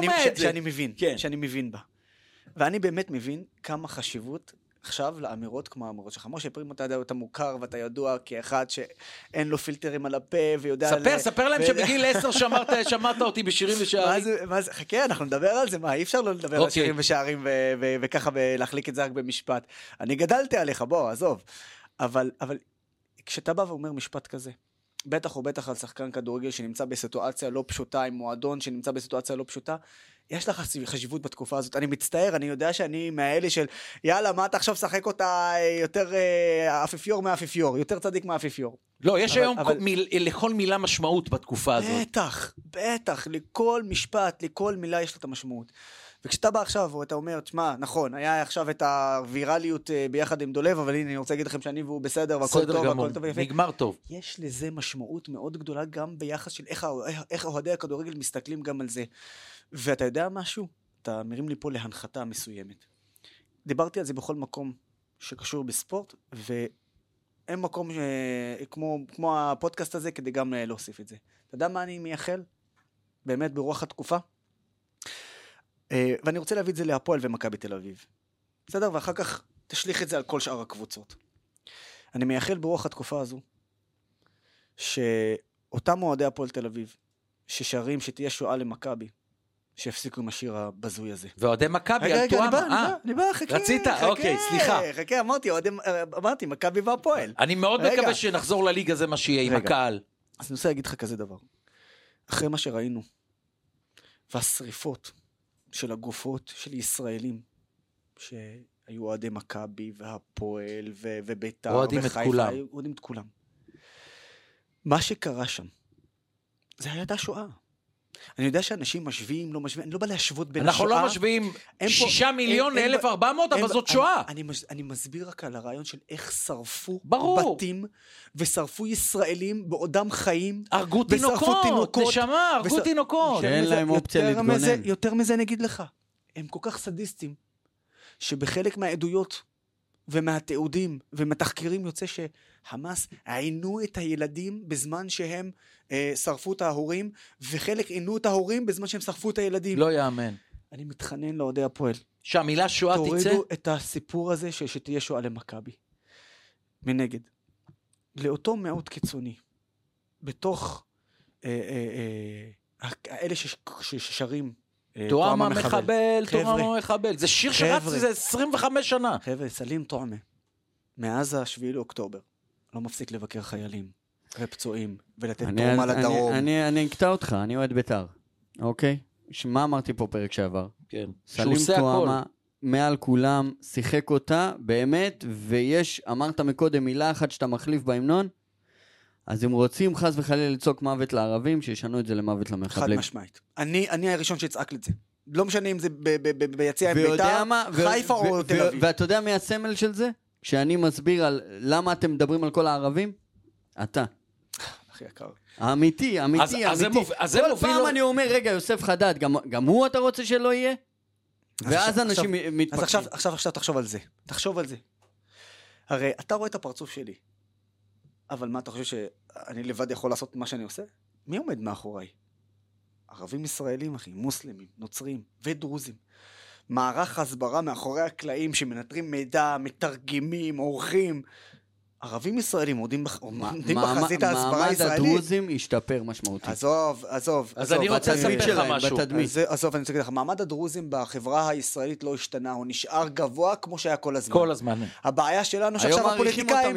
שאני מבין בה. ואני באמת מבין כמה חשיבות עכשיו לאמירות כמו האמירות שלך. משה פרימו, אתה יודע, אתה מוכר ואתה ידוע כאחד שאין לו פילטרים על הפה ויודע... ספר להם שבגיל 10 שמעת אותי בשירים ושערים. חכה, אנחנו נדבר על זה, מה? אי אפשר לא לדבר על שירים ושערים וככה ולהחליק את זה רק במשפט. אני גדלתי עליך, בוא, עזוב. אבל כשאתה בא ואומר משפט כזה, בטח או בטח על שחקן כדורגל שנמצא בסיטואציה לא פשוטה, עם מועדון שנמצא בסיטואציה לא פשוטה, יש לך חשיבות בתקופה הזאת. אני מצטער, אני יודע שאני מהאלה של, יאללה, מה אתה עכשיו שחק אותה יותר אפיפיור מאפיפיור, יותר צדיק מאפיפיור. לא, יש היום לכל מילה משמעות בתקופה הזאת. בטח, לכל משפט, לכל מילה יש לה את המשמעות. וכשאתה בא עכשיו ואתה אומר, תשמע, נכון, היה עכשיו את הווירליות ביחד עם דולב, אבל הנה, אני רוצה להגיד לכם שאני והוא בסדר, והכל טוב, והכל טוב ויפה. נגמר טוב. יש לזה משמעות מאוד גדולה גם ביחס של איך אוהדי הכדורגל מסתכלים גם על זה. ואתה יודע משהו? אתה מרים לי פה להנחתה מסוימת. דיברתי על זה בכל מקום שקשור בספורט, ואין מקום כמו הפודקאסט הזה כדי גם להוסיף את זה. אתה יודע מה אני מייחל? באמת ברוח התקופה? ואני רוצה להביא את זה להפועל ומכבי תל אביב. בסדר? ואחר כך תשליך את זה על כל שאר הקבוצות. אני מייחל ברוח התקופה הזו, שאותם אוהדי הפועל תל אביב, ששרים שתהיה שואה למכבי, שהפסיקו עם השיר הבזוי הזה. ואוהדי מכבי על תואמה. אני בא, חכה. רצית? אוקיי, סליחה. חכה, אמרתי, מכבי והפועל. אני מאוד מקווה שנחזור לליגה, זה מה שיהיה עם הקהל. אז אני רוצה להגיד לך כזה דבר. אחרי מה שראינו, והשריפות של הגופות של ישראלים, שהיו אוהדי מכבי והפועל וביתר וחיפה, אוהדים את כולם. מה שקרה שם, זה הייתה שואה. אני יודע שאנשים משווים, לא משווים, אני לא בא להשוות בין השואה. אנחנו לא משווים 6 מיליון ל-1,400, אבל זאת שואה. אני מסביר רק על הרעיון של איך שרפו בתים, ושרפו ישראלים בעודם חיים. הרגו תינוקות, נשמה, הרגו תינוקות. שאין להם אופציה להתגונן. יותר מזה אני אגיד לך, הם כל כך סדיסטים, שבחלק מהעדויות ומהתיעודים ומהתחקירים יוצא שחמאס עינו את הילדים בזמן שהם שרפו את ההורים, וחלק עינו את ההורים בזמן שהם שרפו את הילדים. לא יאמן. אני מתחנן לאוהדי הפועל. שהמילה שואה תצא? תורידו את הסיפור הזה שתהיה שואה למכבי. מנגד. לאותו מיעוט קיצוני, בתוך אלה ששרים תואמה מחבל, תואמה מחבל. זה שיר שרץ זה 25 שנה. חבר'ה, סלים תואמה. מאז 7 לאוקטובר, לא מפסיק לבקר חיילים ופצועים, ולתת תרומה לדרום. אני אקטע אותך, אני אוהד בית"ר. אוקיי? מה אמרתי פה פרק שעבר? כן. סלים תואמה, מעל כולם, שיחק אותה, באמת, ויש, אמרת מקודם מילה אחת שאתה מחליף בהמנון, אז הם רוצים חס וחלילה לצעוק מוות לערבים, שישנו את זה למוות למחבלים. חד משמעית. אני הראשון שיצעק את זה. לא משנה אם זה ביציע בית"ר, חיפה או תל אביב. ואתה יודע מי הסמל של זה? כשאני מסביר על למה אתם מדברים על כל הערבים? אתה. הכי יקר. אמיתי. כל פעם אני אומר, רגע, יוסף חדד, גם הוא אתה רוצה שלא יהיה? ואז אנשים מתפקשים. אז עכשיו תחשוב על זה. תחשוב על זה. הרי אתה רואה את הפרצוף שלי. אבל מה אתה חושב שאני לבד יכול לעשות מה שאני עושה? מי עומד מאחוריי? ערבים ישראלים, אחי, מוסלמים, נוצרים ודרוזים. מערך הסברה מאחורי הקלעים שמנטרים מידע, מתרגמים, עורכים. ערבים ישראלים עומדים בחזית ההסברה הישראלית. מעמד הדרוזים השתפר משמעותית. עזוב. אז אני רוצה לספר לך משהו. עזוב, אני רוצה להגיד לך, מעמד הדרוזים בחברה הישראלית לא השתנה, הוא נשאר גבוה כמו שהיה כל הזמן. כל הזמן. הבעיה שלנו שעכשיו הפוליטיקאים...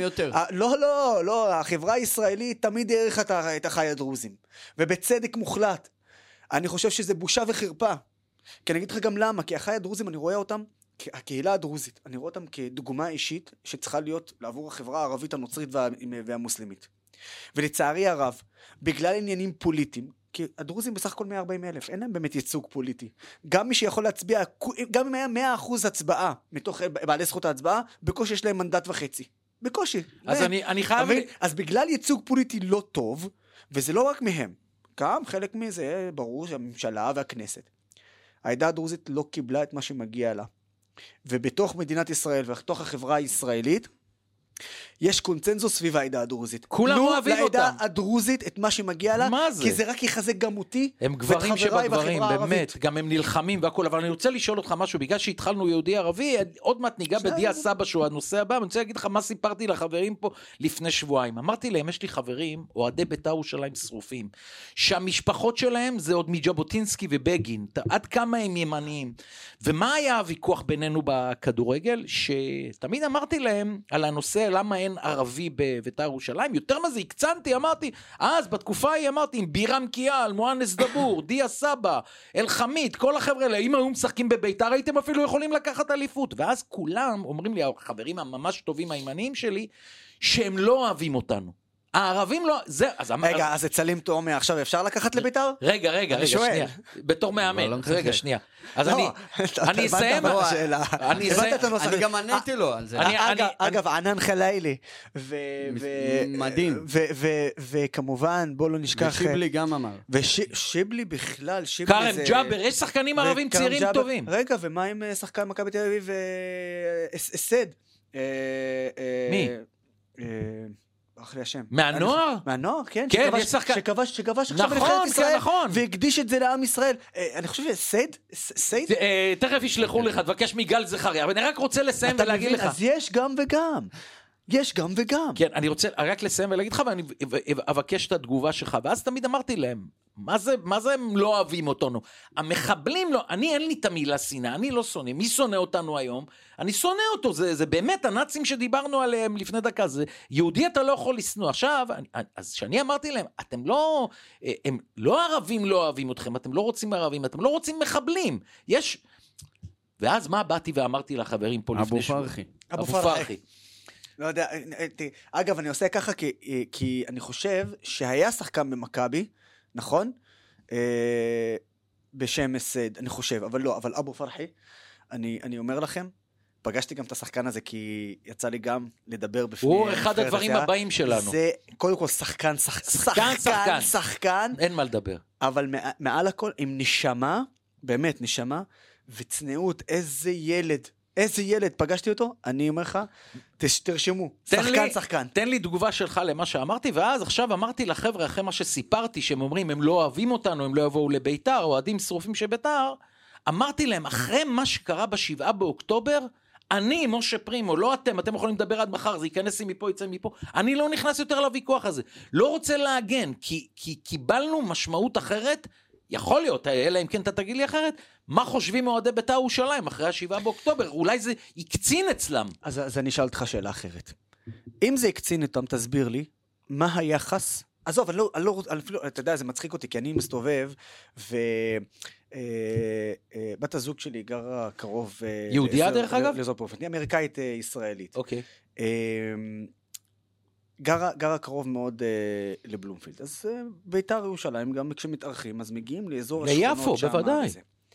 לא, החברה הישראלית תמיד העריכה את החי הדרוזים. ובצדק מוחלט. אני חושב שזה בושה וחרפה. כי אני אגיד לך גם למה, כי החי הדרוזים אני רואה אותם, הקהילה הדרוזית, אני רואה אותם כדוגמה אישית שצריכה להיות לעבור החברה הערבית הנוצרית והמוסלמית. ולצערי הרב, בגלל עניינים פוליטיים, כי הדרוזים בסך הכל 140,000, אין להם באמת ייצוג פוליטי. גם מי שיכול להצביע, גם אם היה 100% הצבעה מתוך בעלי זכות ההצבעה, בקושי יש להם מנדט וחצי. בקושי. אז אני חייב... אז בגלל ייצוג פוליטי לא טוב, וזה לא רק מהם, גם חלק מזה ברור שהממשלה והכנסת. העדה הדרוזית לא קיבלה את מה שמגיע לה. ובתוך מדינת ישראל ובתוך החברה הישראלית, יש קונצנזוס סביב העדה הדרוזית. כולם אוהבים אותם. לעדה הדרוזית את מה שמגיע לה, מה זה? כי זה רק יחזק גם אותי. הם גברים שבגברים, באמת. גם הם נלחמים והכל. אבל אני רוצה לשאול אותך משהו, בגלל שהתחלנו יהודי ערבי, עוד מעט ניגע בדיה סבא שהוא הנושא הבא, אני רוצה להגיד לך מה סיפרתי לחברים פה לפני שבועיים. אמרתי להם, יש לי חברים, אוהדי בית"ר ירושלים שרופים, שהמשפחות שלהם זה עוד מג'בוטינסקי ובגין, עד כמה הם ימניים. ומה היה הוויכוח בינינו בכדורגל? שתמיד אמרתי להם על הנושא למה אין ערבי בבית"ר ירושלים, יותר מזה הקצנתי, אמרתי, אז בתקופה היא אמרתי, עם בירם קיאל, מואנס דבור, דיה סבא, אל חמיד, כל החבר'ה האלה, אם היו משחקים בבית"ר, הייתם אפילו יכולים לקחת אליפות, ואז כולם אומרים לי, החברים הממש טובים הימניים שלי, שהם לא אוהבים אותנו. הערבים לא, זה, רגע, אז אצלים תאומי, עכשיו אפשר לקחת לבית"ר? רגע, שנייה. בתור מאמן, רגע, שנייה. אז אני אסיים. אני גם עניתי לו על זה. אגב, ענן חלילי. מדהים. וכמובן, בוא לא נשכח... ושיבלי גם אמר. ושיבלי בכלל, שיבלי כרם ג'אבר, יש שחקנים ערבים צעירים טובים. רגע, ומה עם שחקן מכבי תל אביב אסד? מי? אחרי השם. מהנוער? מהנוער, כן. כן, יש שחקן. שכבש עכשיו בנבחרת ישראל. נכון. והקדיש את זה לעם ישראל. אני חושב סייד? תכף ישלחו לך, תבקש מיגל זכריה, אבל אני רק רוצה לסיים ולהגיד לך. אז יש גם וגם. יש גם וגם. כן, אני רוצה רק לסיים ולהגיד לך, ואני אבקש את התגובה שלך, ואז תמיד אמרתי להם, מה זה הם לא אוהבים אותנו? המחבלים לא, אין לי את המילה שנאה, אני לא שונא, מי שונא אותנו היום? אני שונא אותו, זה באמת הנאצים שדיברנו עליהם לפני דקה, זה יהודי אתה לא יכול לשנוא. עכשיו, אז שאני אמרתי להם, אתם לא, הם לא ערבים לא אוהבים אתכם, אתם לא רוצים ערבים, אתם לא רוצים מחבלים, יש, ואז מה באתי ואמרתי לחברים פה לפני אבו פרחי. לא יודע, אגב, אני עושה ככה כי אני חושב שהיה שחקן במכבי, נכון? בשם אסד, אני חושב, אבל לא, אבל אבו פרחי, אני אומר לכם, פגשתי גם את השחקן הזה, כי יצא לי גם לדבר בפני... הוא אחד הדברים הבאים שלנו. זה קודם כל שחקן, אין מה לדבר. אבל מעל הכל, עם נשמה, באמת נשמה, וצניעות, איזה ילד, פגשתי אותו, אני אומר לך, תרשמו, שחקן. תן לי תגובה שלך למה שאמרתי, ואז עכשיו אמרתי לחבר'ה, אחרי מה שסיפרתי, שהם אומרים, הם לא אוהבים אותנו, הם לא יבואו לביתר, אוהדים שרופים שביתר, אמרתי להם, אחרי מה שקרה ב7 באוקטובר, אני, משה פרימו, לא אתם יכולים לדבר עד מחר, זה ייכנס לי מפה, יצא מפה, אני לא נכנס יותר לוויכוח הזה, לא רוצה להגן, כי קיבלנו משמעות אחרת, יכול להיות, אלא אם כן אתה תגיד לי אחרת, מה חושבים מאוהדי בית"ר ירושלים אחרי 7 באוקטובר? אולי זה יקצין אצלם. אז אני אשאל אותך שאלה אחרת. אם זה יקצין אותם, תסביר לי, מה היחס? עזוב, אני לא, אתה יודע, זה מצחיק אותי, כי אני מסתובב, בת הזוג שלי גרה קרוב... יהודיה דרך אגב? לאזור פרופטי, אמריקאית ישראלית. אוקיי. גרה קרוב מאוד לבלומפילד, אז בית"ר ירושלים, גם כשמתארחים, אז מגיעים לאזור השכונות שם. ליפו, בוודאי.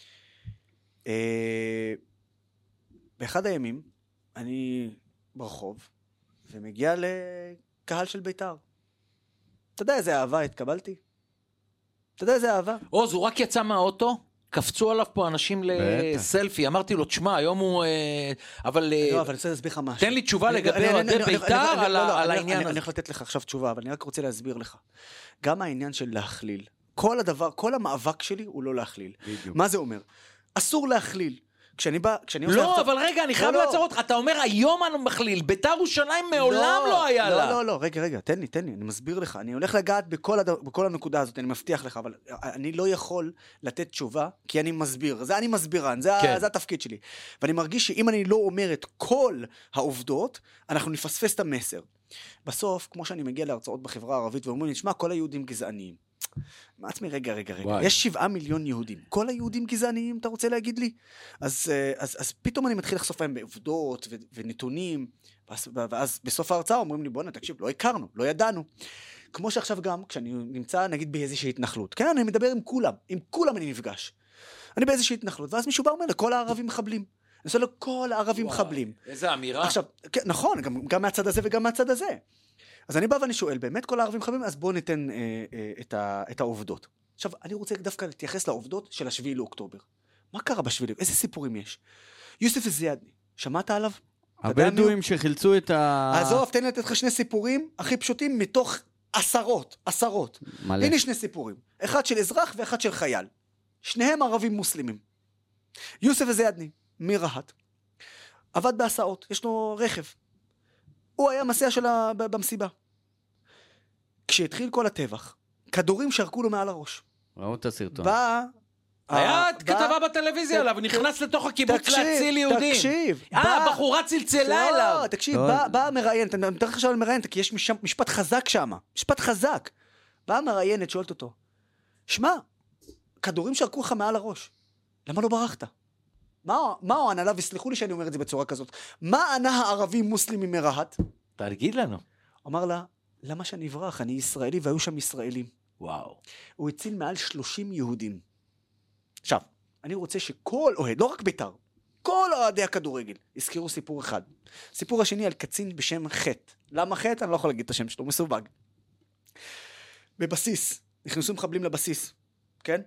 באחד הימים, אני ברחוב, ומגיע לקהל של בית"ר. אתה יודע איזה אהבה התקבלתי? אתה יודע איזה אהבה? עוז, הוא רק יצא מהאוטו, קפצו עליו פה אנשים לסלפי, אמרתי לו, תשמע, היום הוא... אבל... לא, אבל אני רוצה להסביר לך משהו. תן לי תשובה לגבי אוהדי בית"ר על העניין הזה. אני יכול לתת לך עכשיו תשובה, אבל אני רק רוצה להסביר לך. גם העניין של להכליל. כל המאבק שלי הוא לא להכליל. מה זה אומר? אסור להכליל. לא, אבל רגע, אני חייב לעצור אותך. אתה אומר, היום אנו מכליל. בית"ר ירושלים מעולם לא היה לה. לא, רגע, תן לי, אני מסביר לך. אני הולך לגעת בכל הנקודה הזאת, אני מבטיח לך, אבל אני לא יכול לתת תשובה, כי אני מסביר. זה אני מסבירן, זה התפקיד שלי. ואני מרגיש שאם אני לא אומר את כל העובדות, אנחנו נפספס את המסר. בסוף, כמו שאני מגיע להרצאות בחברה הערבית, ואומרים לי, תשמע, כל היהודים גזעניים. מעצמי, רגע. יש 7 מיליון יהודים. כל היהודים גזעניים, אתה רוצה להגיד לי? אז פתאום אני מתחיל לחשוף להם בעובדות ונתונים, ואז בסוף ההרצאה אומרים לי, בוא'נה, תקשיב, לא הכרנו, לא ידענו. כמו שעכשיו גם, כשאני נמצא, נגיד, באיזושהי התנחלות. כן, אני מדבר עם כולם אני נפגש. אני באיזושהי התנחלות, ואז מישהו בא אומר, לכל הערבים מחבלים. אני עושה לו, כל הערבים מחבלים. איזה אמירה. עכשיו, נכון, גם מהצד הזה וגם מהצד הזה. אז אני בא ואני שואל, באמת כל הערבים חברים, אז בואו ניתן את העובדות. עכשיו, אני רוצה דווקא להתייחס לעובדות של 7 לאוקטובר. מה קרה ב7? איזה סיפורים יש? יוסף א-זיאדנה, שמעת עליו? הבדואים שחילצו את עזוב, תן לי לתת לך 2 סיפורים הכי פשוטים מתוך עשרות. מלא. הנה 2 סיפורים. אחד של אזרח ואחד של חייל. שניהם ערבים מוסלמים. יוסף א-זיאדנה, מרהט. עבד בהסעות, יש לו רכב. הוא היה מסיע שלה במסיבה. כשהתחיל כל הטבח, כדורים שרקו לו מעל הראש. ראו את הסרטון. היה כתבה בטלוויזיה עליו, ונכנס לתוך הקיבוץ להציל יהודים. תקשיב. הבחורה צלצלה אליו. תקשיב, באה מראיינת, אני מתאר לך עכשיו על מראיינת, כי יש משפט חזק שם. משפט חזק. באה מראיינת, שואלת אותו, שמע, כדורים שרקו לך מעל הראש. למה לא ברחת? מה הוא ענה לה, וסליחו לי שאני אומר את זה בצורה כזאת, מה ענה הערבי מוסלמי מרהט? תגיד לנו. אמר לה, למה שאני אברח? אני ישראלי והיו שם ישראלים. וואו. הוא הציל מעל 30 יהודים. עכשיו, אני רוצה שכל אוהד, לא רק בית"ר, כל אוהדי הכדורגל, יזכרו סיפור אחד. סיפור השני על קצין בשם חטא. למה חטא? אני לא יכול להגיד את השם שלו, מסובג. בבסיס, נכנסו מחבלים לבסיס, כן?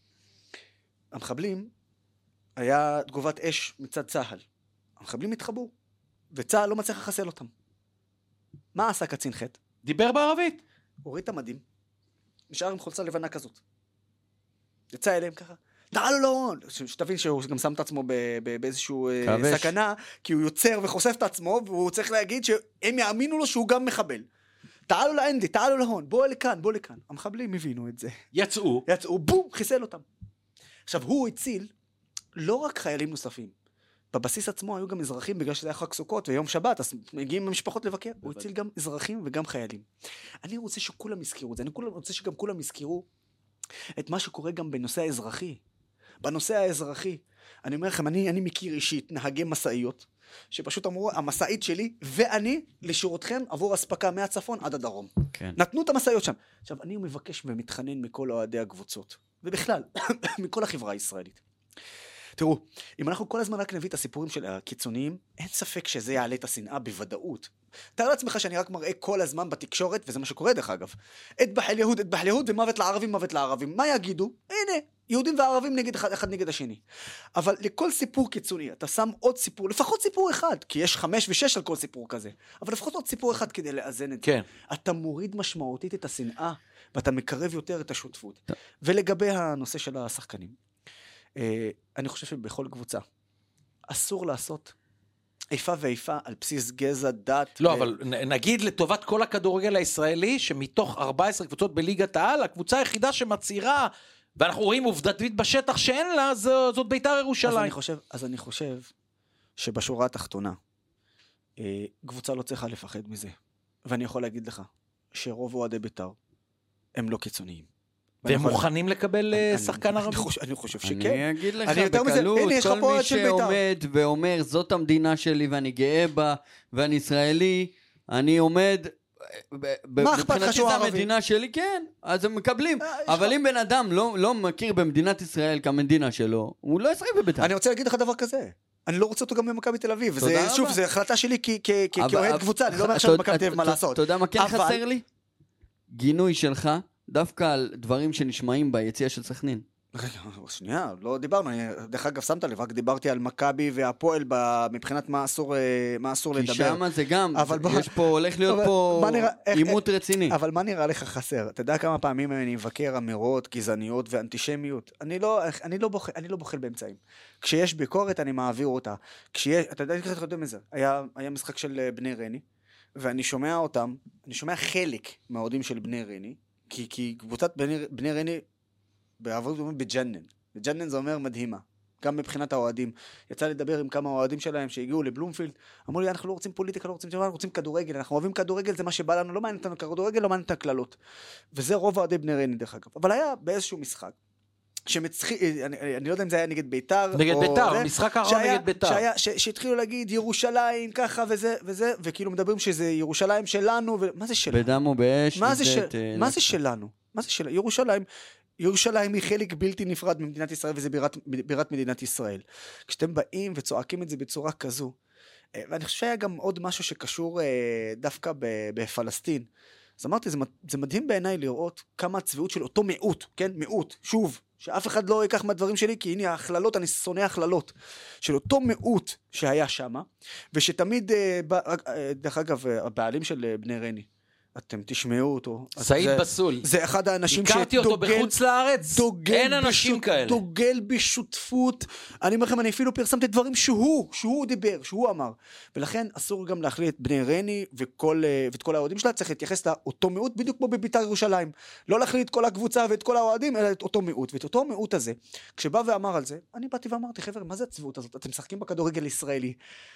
המחבלים, היה תגובת אש מצד צהל. המחבלים התחבאו, וצהל לא מצליח לחסל אותם. מה עשה קצין חטא? דיבר בערבית. הוריד את המדים, נשאר עם חולצה לבנה כזאת. יצא אליהם ככה, תעלו להון, שתבין שהוא גם שם את עצמו באיזשהו סכנה, כי הוא יוצר וחושף את עצמו, והוא צריך להגיד שהם יאמינו לו שהוא גם מחבל. תעלו לאנדי, תעלו להון, בואו לכאן. המחבלים הבינו את זה. יצאו, בום, חיסל אותם. עכשיו, הוא הציל לא רק חיילים נוספים. בבסיס עצמו היו גם אזרחים, בגלל שזה היה חג סוכות ויום שבת, אז מגיעים המשפחות לבקר. הוא הציל גם אזרחים וגם חיילים. אני רוצה שכולם יזכירו את זה. אני רוצה שגם כולם יזכירו את מה שקורה גם בנושא האזרחי. בנושא האזרחי, אני אומר לכם, אני מכיר אישית נהגי מסעיות, שפשוט אמרו, המסעית שלי ואני לשירותכם עבור הספקה מהצפון עד הדרום. כן. נתנו את המסעיות שם. עכשיו, אני מבקש ומתחנן מכל אוהדי הקבוצות, ובכלל, מכל החברה הישראלית. תראו, אם אנחנו כל הזמן רק נביא את הסיפורים של הקיצוניים, אין ספק שזה יעלה את השנאה בוודאות. תאר לעצמך שאני רק מראה כל הזמן בתקשורת, וזה מה שקורה דרך אגב, אטבח אל יהוד, אטבח אל יהוד, ומוות לערבים, מוות לערבים. מה יגידו? הנה, יהודים וערבים נגד אחד נגד השני. אבל לכל סיפור קיצוני, אתה שם עוד סיפור, לפחות סיפור אחד, כי יש 5 ו6 על כל סיפור כזה, אבל לפחות עוד סיפור אחד כדי לאזן את זה. כן. אתה מוריד משמעותית את השנאה, ואתה מקרב יותר את השותפות. ולגבי הנושא של השחקנים, אני חושב שבכל קבוצה אסור לעשות איפה ואיפה על בסיס גזע, דת. לא, אבל נגיד לטובת כל הכדורגל הישראלי, שמתוך 14 קבוצות בליגת העל, הקבוצה היחידה שמצהירה, ואנחנו רואים עובדתית בשטח שאין לה, זאת בית"ר ירושלים. אז אני חושב שבשורה התחתונה, קבוצה לא צריכה לפחד מזה. ואני יכול להגיד לך, שרוב אוהדי בית"ר הם לא קיצוניים. והם מוכנים לקבל שחקן ערבי? אני חושב שכן. אני אגיד לך בקלות, כל מי שעומד ואומר, זאת המדינה שלי ואני גאה בה, ואני ישראלי, אני עומד, מבחינתי זה המדינה שלי, כן, אז הם מקבלים. אבל אם בן אדם לא מכיר במדינת ישראל כמדינה שלו, הוא לא ישחק בבית"ר. אני רוצה להגיד לך דבר כזה. אני לא רוצה אותו גם במכבי תל אביב. שוב, זו החלטה שלי כאוהד קבוצה, אני לא אומר עכשיו במכבי תל אביב מה לעשות. אתה יודע מה כן חסר לי? גינוי שלך, דווקא על דברים שנשמעים ביציאה של סכנין. שנייה, לא דיברנו, דרך אגב שמת לב, רק דיברתי על מכבי והפועל מבחינת מה אסור לדבר. כי שמה זה גם, יש פה, הולך להיות פה עימות רציני. אבל מה נראה לך חסר? אתה יודע כמה פעמים אני מבקר אמירות, גזעניות ואנטישמיות? אני לא בוחל באמצעים. כשיש ביקורת אני מעביר אותה. אתה יודע, אתה יודע מזה, היה משחק של בני רני, ואני שומע אותם, אני שומע חלק מהאוהדים של בני רני, כי קבוצת בני רני, בעברית אומרים בג'נן. בג'נן זה אומר מדהימה. גם מבחינת האוהדים. יצא לדבר עם כמה אוהדים שלהם שהגיעו לבלומפילד. אמרו לי, אנחנו לא רוצים פוליטיקה, לא רוצים תשובה, אנחנו רוצים כדורגל. אנחנו אוהבים כדורגל, זה מה שבא לנו. לא מעניין אותנו כדורגל, לא מעניין את הכללות. וזה רוב אוהדי בני רני דרך אגב. אבל היה באיזשהו משחק, אני לא יודע אם זה היה נגד ביתר. נגד ביתר, משחק האחרון נגד ביתר. שהתחילו להגיד ירושלים ככה וזה, וכאילו מדברים שזה ירושלים שלנו, מה זה שלנו? בדם ובאש. מה זה שלנו? מה זה שלנו? ירושלים היא חלק בלתי נפרד ממדינת ישראל, וזה בירת מדינת ישראל. כשאתם באים וצועקים את זה בצורה כזו, ואני חושב שהיה גם עוד משהו שקשור דווקא בפלסטין, אז אמרתי, זה מדהים בעיניי לראות כמה הצביעות של אותו מיעוט, כן? מיעוט, שוב, שאף אחד לא ייקח מהדברים שלי, כי הנה ההכללות, אני שונא הכללות, של אותו מיעוט שהיה שם, ושתמיד, דרך אגב, הבעלים של בני רני, אתם תשמעו אותו. סעיד בסול. זה אחד האנשים הכרתי אותו בחוץ לארץ, אין אנשים כאלה. דוגל בשותפות. אני אומר לכם, אני אפילו פרסמתי דברים שהוא דיבר, שהוא אמר. ולכן אסור גם להכליל את בני רני ואת כל האוהדים שלה, צריך להתייחס לאותו מיעוט, בדיוק כמו בביתר ירושלים. לא להכליל את כל הקבוצה ואת כל האוהדים, אלא את אותו מיעוט. ואת אותו מיעוט הזה, כשבא ואמר על זה, אני באתי ואמרתי, חבר'ה, מה זה הצביעות הזאת? אתם משחקים בכדורגל ישראלי.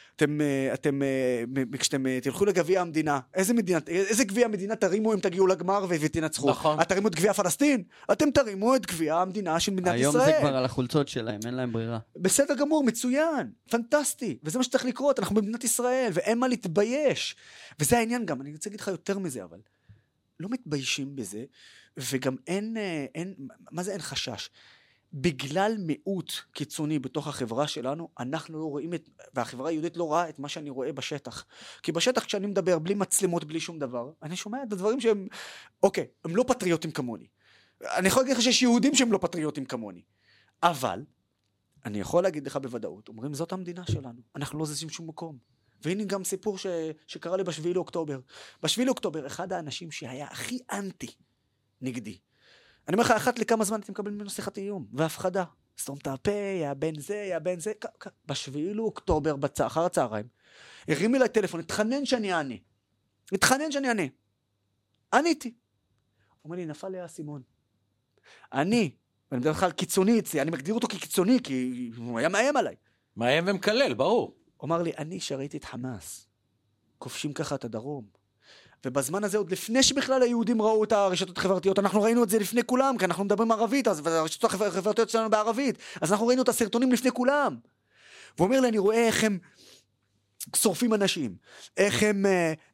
כשאתם תלכו לגביע המדינה, איזה גביע המדינה תרימו אם תגיעו לגמר ותנצחו? נכון. תרימו את גביע פלסטין? אתם תרימו את גביע המדינה של מדינת ישראל. היום זה כבר על החולצות שלהם, אין להם ברירה. בסדר גמור, מצוין, פנטסטי, וזה מה שצריך לקרות, אנחנו במדינת ישראל, ואין מה להתבייש. וזה העניין גם, אני רוצה להגיד לך יותר מזה, אבל לא מתביישים בזה, וגם מה זה אין חשש? בגלל מיעוט קיצוני בתוך החברה שלנו, אנחנו לא רואים והחברה היהודית לא רואה את מה שאני רואה בשטח. כי בשטח כשאני מדבר בלי מצלמות, בלי שום דבר, אני שומע את הדברים שהם, אוקיי, הם לא פטריוטים כמוני. אני יכול להגיד לך שיש יהודים שהם לא פטריוטים כמוני. אבל, אני יכול להגיד לך בוודאות, אומרים, זאת המדינה שלנו, אנחנו לא זזים שום מקום. והנה גם סיפור שקרה לי ב7 לאוקטובר. ב7 לאוקטובר, אחד האנשים שהיה הכי אנטי נגדי, אני אומר לך, אחת לכמה זמן אתם מקבלים ממנו שיחת איום, והפחדה. סתום את הפה, יא בן זה. ב7 לאוקטובר, אחר הצהריים, הרים אליי טלפון, התחנן שאני אענה. עניתי. אומר לי, נפל לי האסימון. אני מדבר לך על קיצוני אצלי, אני מגדיר אותו כקיצוני, כי הוא היה מאיים עליי. מאיים ומקלל, ברור. אומר לי, אני שראיתי את חמאס, כובשים ככה את הדרום, ובזמן הזה עוד לפני שבכלל היהודים ראו את הרשתות החברתיות, אנחנו ראינו את זה לפני כולם, כי אנחנו מדברים ערבית, והרשתות החברתיות שלנו בערבית, אז אנחנו ראינו את הסרטונים לפני כולם. והוא אומר לי, אני רואה איך הם שורפים אנשים, איך הם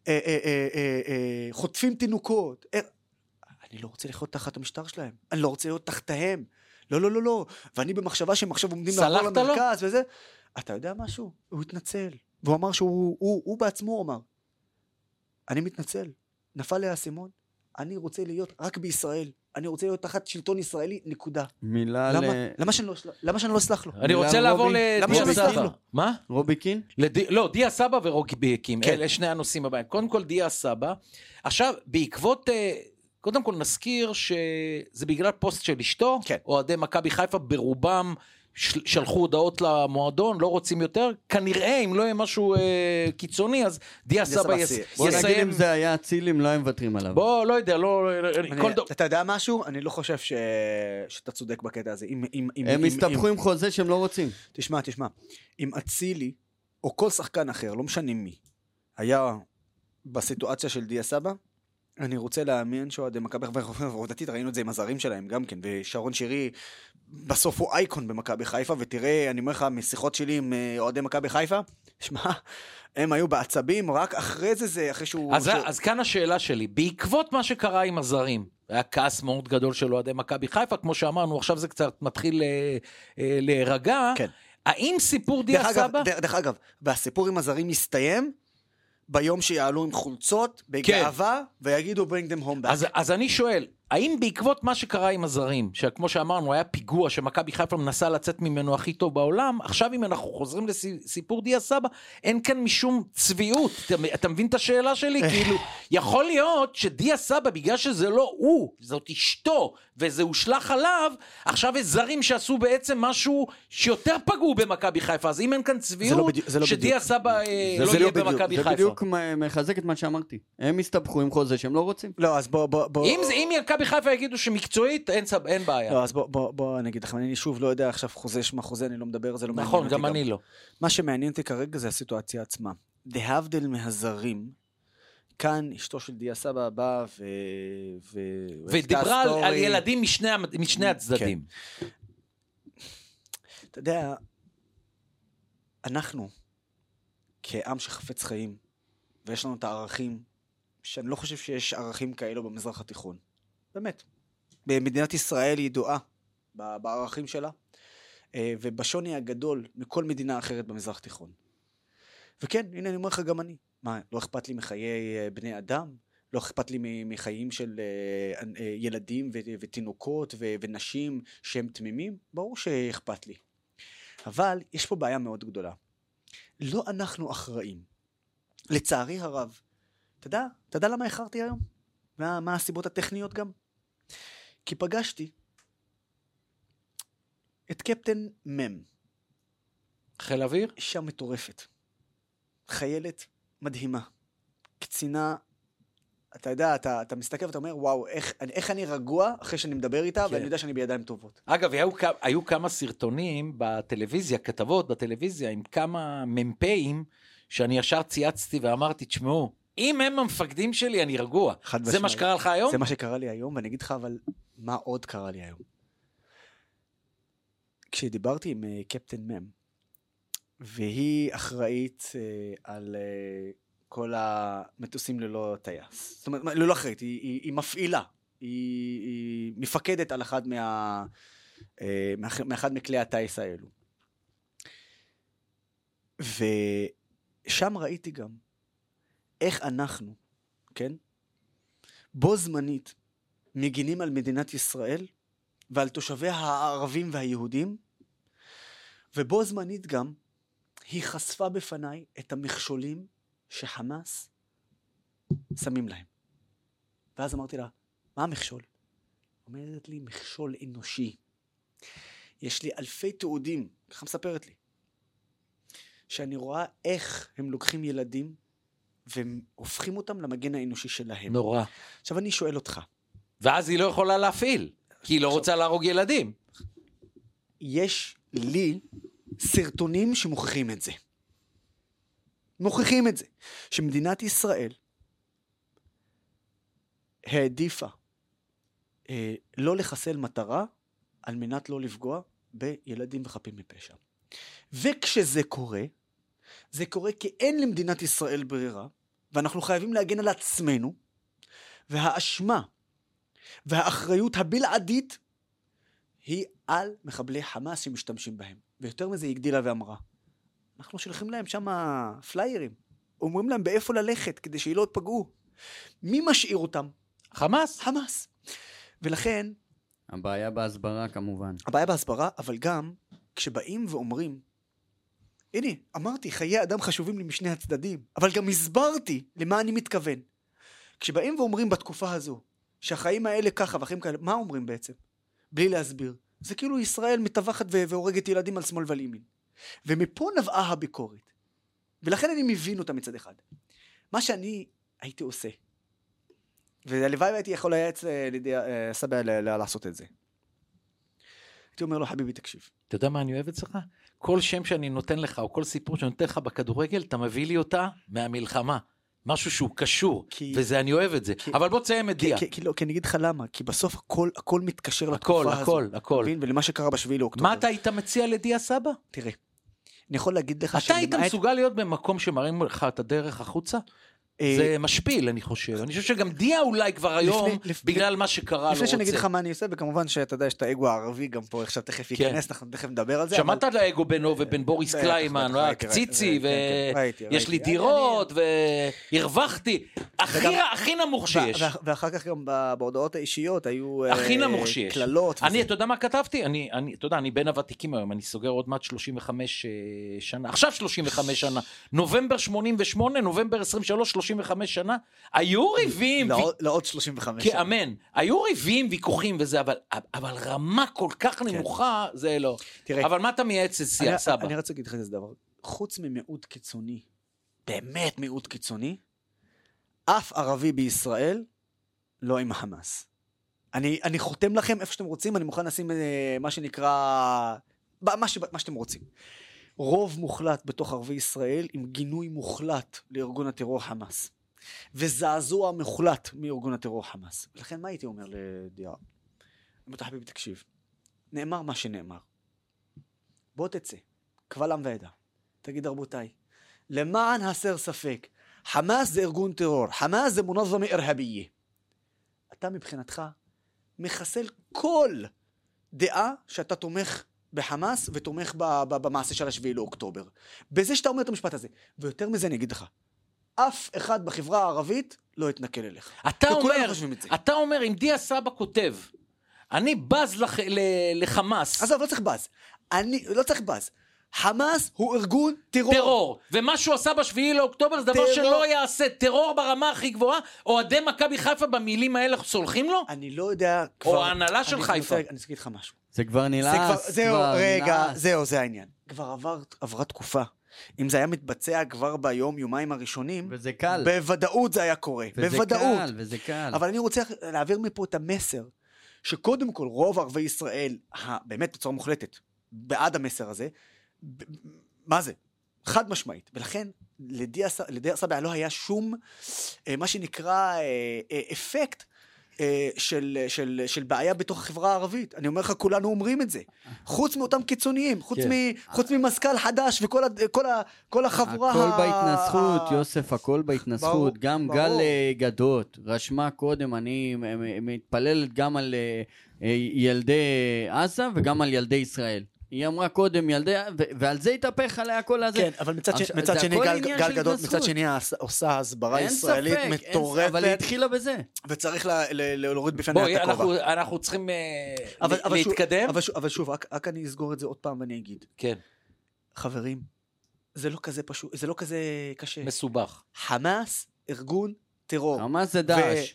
חוטפים תינוקות. אני לא רוצה לחיות תחת המשטר שלהם, אני לא רוצה להיות תחתיהם. לא. ואני במחשבה שהם עכשיו עומדים לעבור למרכז וזה. אתה יודע משהו? הוא התנצל. והוא אמר שהוא בעצמו אמר, אני מתנצל, נפל לי האסימון, אני רוצה להיות רק בישראל, אני רוצה להיות תחת שלטון ישראלי, נקודה. למה שאני לא אסלח לו? אני רוצה לעבור לדיה סבא. מה? רובי קין? לא, דיה סבא ורובי קין, אלה שני הנושאים הבאים. קודם כל דיה סבא. עכשיו, בעקבות, קודם כל נזכיר שזה בגלל פוסט של אשתו, אוהדי מכבי חיפה ברובם, שלחו הודעות למועדון, לא רוצים יותר, כנראה אם לא יהיה משהו קיצוני, אז דיה סבא יסיים. בוא נגיד אם זה היה צילים, לא הם מוותרים עליו. בוא, לא יודע, אתה יודע משהו? אני לא חושב שאתה צודק בקטע הזה. הם הסתבכו עם חוזה שהם לא רוצים. תשמע, אם אצילי, או כל שחקן אחר, לא משנה מי, היה בסיטואציה של דיה סבא, אני רוצה להאמין שאוהדי מכבי חיפה, ועודתית ראינו את זה עם הזרים שלהם גם כן, ושרון שירי בסוף הוא אייקון במכבי חיפה, ותראה, אני אומר לך, משיחות שלי עם אוהדי מכבי חיפה, שמע, הם היו בעצבים, רק אחרי זה אחרי שהוא... אז כאן השאלה שלי, בעקבות מה שקרה עם הזרים, היה כעס מאוד גדול של אוהדי מכבי חיפה, כמו שאמרנו, עכשיו זה קצת מתחיל להירגע, כן. האם סיפור דיה סבא... דרך אגב, והסיפור עם הזרים מסתיים, ביום שיעלו עם חולצות, בגאווה, ויגידו bring them home back. אז אני שואל, האם בעקבות מה שקרה עם הזרים, שכמו שאמרנו, היה פיגוע שמכבי חיפה מנסה לצאת ממנו הכי טוב בעולם, עכשיו אם אנחנו חוזרים לסיפור דיה סבא, אין כאן משום צביעות. אתה מבין את השאלה שלי? כאילו, יכול להיות שדיה סבא, בגלל שזה לא הוא, זאת אשתו, וזה הושלח עליו, עכשיו יש זרים שעשו בעצם משהו שיותר פגעו במכבי חיפה, אז אם אין כאן צביעות, שדיה סבא לא יהיה במכבי חיפה. זה בדיוק מחזק את מה שאמרתי. הם הסתבכו עם חוזה שהם לא רוצים. לא, אז בוא... אם מכבי חיפה יגידו שמקצועית, אין בעיה. לא, אז בוא אני אגיד לך, אני שוב לא יודע עכשיו חוזה, שמה חוזה, אני לא מדבר, זה לא מעניין. נכון, גם אני לא. מה שמעניין אותי כרגע זה הסיטואציה עצמה. להבדיל מהזרים, כאן אשתו של דיה סבא באה ודיברה על ילדים משני הצדדים. אתה יודע, אנחנו, כעם שחפץ חיים, ויש לנו את הערכים, שאני לא חושב שיש ערכים כאלו במזרח התיכון. באמת. במדינת ישראל היא ידועה בערכים שלה, ובשוני הגדול מכל מדינה אחרת במזרח התיכון. וכן, הנה אני אומר לך גם אני. מה, לא אכפת לי מחיי בני אדם? לא אכפת לי מחיים של ילדים ותינוקות ונשים שהם תמימים? ברור שאכפת לי. אבל יש פה בעיה מאוד גדולה. לא אנחנו אחראים. לצערי הרב. אתה יודע למה איחרתי היום? מה הסיבות הטכניות גם? כי פגשתי את קפטן מם. חיל אוויר? אישה מטורפת. חיילת מדהימה. קצינה, אתה יודע, אתה מסתכל ואתה אומר, וואו, איך אני רגוע אחרי שאני מדבר איתה, ואני יודע שאני בידיים טובות. אגב, היו כמה סרטונים בטלוויזיה, כתבות בטלוויזיה, עם כמה ממפאים, שאני ישר צייצתי ואמרתי, תשמעו, אם הם המפקדים שלי, אני רגוע. זה מה שקרה לך היום? זה מה שקרה לי היום, ואני אגיד לך, אבל מה עוד קרה לי היום? כשדיברתי עם קפטן מם, והיא אחראית על כל המטוסים ללא טייס. זאת אומרת, לא אחראית, היא מפעילה. היא מפקדת על מאחד מכלי הטייס האלו. ושם ראיתי גם איך אנחנו, כן? בו זמנית מגינים על מדינת ישראל ועל תושביה הערבים והיהודים, ובו זמנית גם היא חשפה בפניי את המכשולים שחמאס שמים להם. ואז אמרתי לה, מה המכשול? אומרת לי, מכשול אנושי. יש לי אלפי תיעודים, ככה מספרת לי, שאני רואה איך הם לוקחים ילדים והופכים אותם למגן האנושי שלהם. נורא. עכשיו אני שואל אותך. ואז היא לא יכולה להפעיל, כי היא לא רוצה להרוג ילדים. יש לי סרטונים שמוכיחים את זה. מוכיחים את זה. שמדינת ישראל העדיפה לא לחסל מטרה על מנת לא לפגוע בילדים וחפים מפשע. וכשזה קורה, זה קורה כי אין למדינת ישראל ברירה, ואנחנו חייבים להגן על עצמנו, והאשמה והאחריות הבלעדית היא על מחבלי חמאס שמשתמשים בהם. ויותר מזה היא הגדילה ואמרה, אנחנו שולחים להם שם פליירים, אומרים להם באיפה ללכת כדי שהיא לא פגעו. מי משאיר אותם? חמאס. חמאס. ולכן... הבעיה בהסברה כמובן. הבעיה בהסברה, אבל גם כשבאים ואומרים, הנה, אמרתי, חיי אדם חשובים לי משני הצדדים, אבל גם הסברתי למה אני מתכוון. כשבאים ואומרים בתקופה הזו, שהחיים האלה ככה והחיים כאלה, מה אומרים בעצם? בלי להסביר. זה כאילו ישראל מטווחת והורגת ילדים על שמאל ועל ימין. ומפה נבעה הביקורת. ולכן אני מבין אותה מצד אחד. מה שאני הייתי עושה, והלוואי הייתי יכול לייעץ לידי סבא לעשות את זה. הייתי אומר לו, חביבי, תקשיב. אתה יודע מה אני אוהב אצלך? כל שם שאני נותן לך, או כל סיפור שאני נותן לך בכדורגל, אתה מביא לי אותה מהמלחמה. משהו שהוא קשור, וזה אני אוהב את זה. אבל בוא תסיים את דיה. כי אני אגיד לך למה, כי בסוף הכל מתקשר לתקופה הזו. הכל. ולמה שקרה בשביעי לאוקטובר. מה אתה היית מציע לדיה סבא? תראה, אני יכול להגיד לך... אתה היית מסוגל להיות במקום שמראים לך את הדרך החוצה? זה משפיל, אני חושב. אני חושב שגם דיה אולי כבר היום, בגלל מה שקרה, לא רוצה. לפני שאני אגיד לך מה אני עושה, וכמובן שאתה יודע, יש את האגו הערבי גם פה, עכשיו תכף ייכנס, אנחנו תכף נדבר על זה. שמעת על האגו בינו ובין בוריס קליימן, קציצי, ויש לי דירות, והרווחתי, הכי נמוך שיש. ואחר כך גם בהודעות האישיות היו קללות. אתה יודע מה כתבתי? אתה יודע, אני בין הוותיקים היום, אני סוגר עוד מעט 35 שנה, עכשיו 35 שנה, נובמבר 88, נובמבר 23, 35 שנה, היו ריבים. לעוד 35 שנה. אמן. היו ריבים, ויכוחים וזה, אבל רמה כל כך נמוכה, זה לא. אבל מה אתה מייעץ סבא? אני רוצה להגיד לך איזה דבר. חוץ ממיעוט קיצוני, באמת מיעוט קיצוני, אף ערבי בישראל לא עם החמאס. אני חותם לכם איפה שאתם רוצים, אני מוכן לשים מה שנקרא, מה שאתם רוצים. רוב מוחלט בתוך ערבי ישראל עם גינוי מוחלט לארגון הטרור חמאס. וזעזוע מוחלט מארגון הטרור חמאס. ולכן מה הייתי אומר לדיאר? אם אתה חביבי תקשיב, נאמר מה שנאמר. בוא תצא, קבל עם ועדה. תגיד רבותיי, למען הסר ספק, חמאס זה ארגון טרור, חמאס זה מונזמה ארהביה. אתה מבחינתך מחסל כל דעה שאתה תומך בחמאס ותומך במעשה של 7 לאוקטובר. בזה שאתה אומר את המשפט הזה. ויותר מזה אני אגיד לך, אף אחד בחברה הערבית לא יתנכל אליך. אתה אומר, אם דיה סבא כותב, אני בז לחמאס. אז לא צריך בז. לא צריך בז. חמאס הוא ארגון טרור. ומה שהוא עשה ב7 לאוקטובר זה דבר שלא יעשה. טרור ברמה הכי גבוהה, אוהדי מכבי חיפה במילים האלה סולחים לו? אני לא יודע. או ההנהלה של חיפה. אני אגיד לך משהו. זה כבר נלעס. זהו, זה העניין. כבר עברה תקופה. אם זה היה מתבצע כבר ביום, יומיים הראשונים, וזה קל. בוודאות זה היה קורה. בוודאות. וזה קל. אבל אני רוצה להעביר מפה את המסר, שקודם כל רוב ערבי ישראל, באמת בצורה מוחלטת, בעד המסר הזה, מה זה? חד משמעית. ולכן לדיה סבא לא היה שום, מה שנקרא, אפקט של בעיה בתוך החברה הערבית. אני אומר לך, כולנו אומרים את זה. חוץ מאותם קיצוניים, חוץ ממזכ"ל חדש וכל החבורה. הכל בהתנסחות, יוסף, הכל בהתנסחות. גם גל גדות רשמה קודם, אני מתפללת גם על ילדי עזה וגם על ילדי ישראל. היא אמרה קודם ילדי, ועל זה התהפך עליה כל הזה. כן, אבל מצד שני גל גדות, מצד שני עושה הסברה ישראלית מטורפת. אבל היא התחילה בזה. וצריך להוריד בפניה את הכובע. אנחנו צריכים להתקדם. אבל שוב, רק אני אסגור את זה עוד פעם ואני אגיד. כן. חברים, זה לא כזה פשוט, זה לא כזה קשה. מסובך. חמאס, ארגון טרור. חמאס זה דאעש.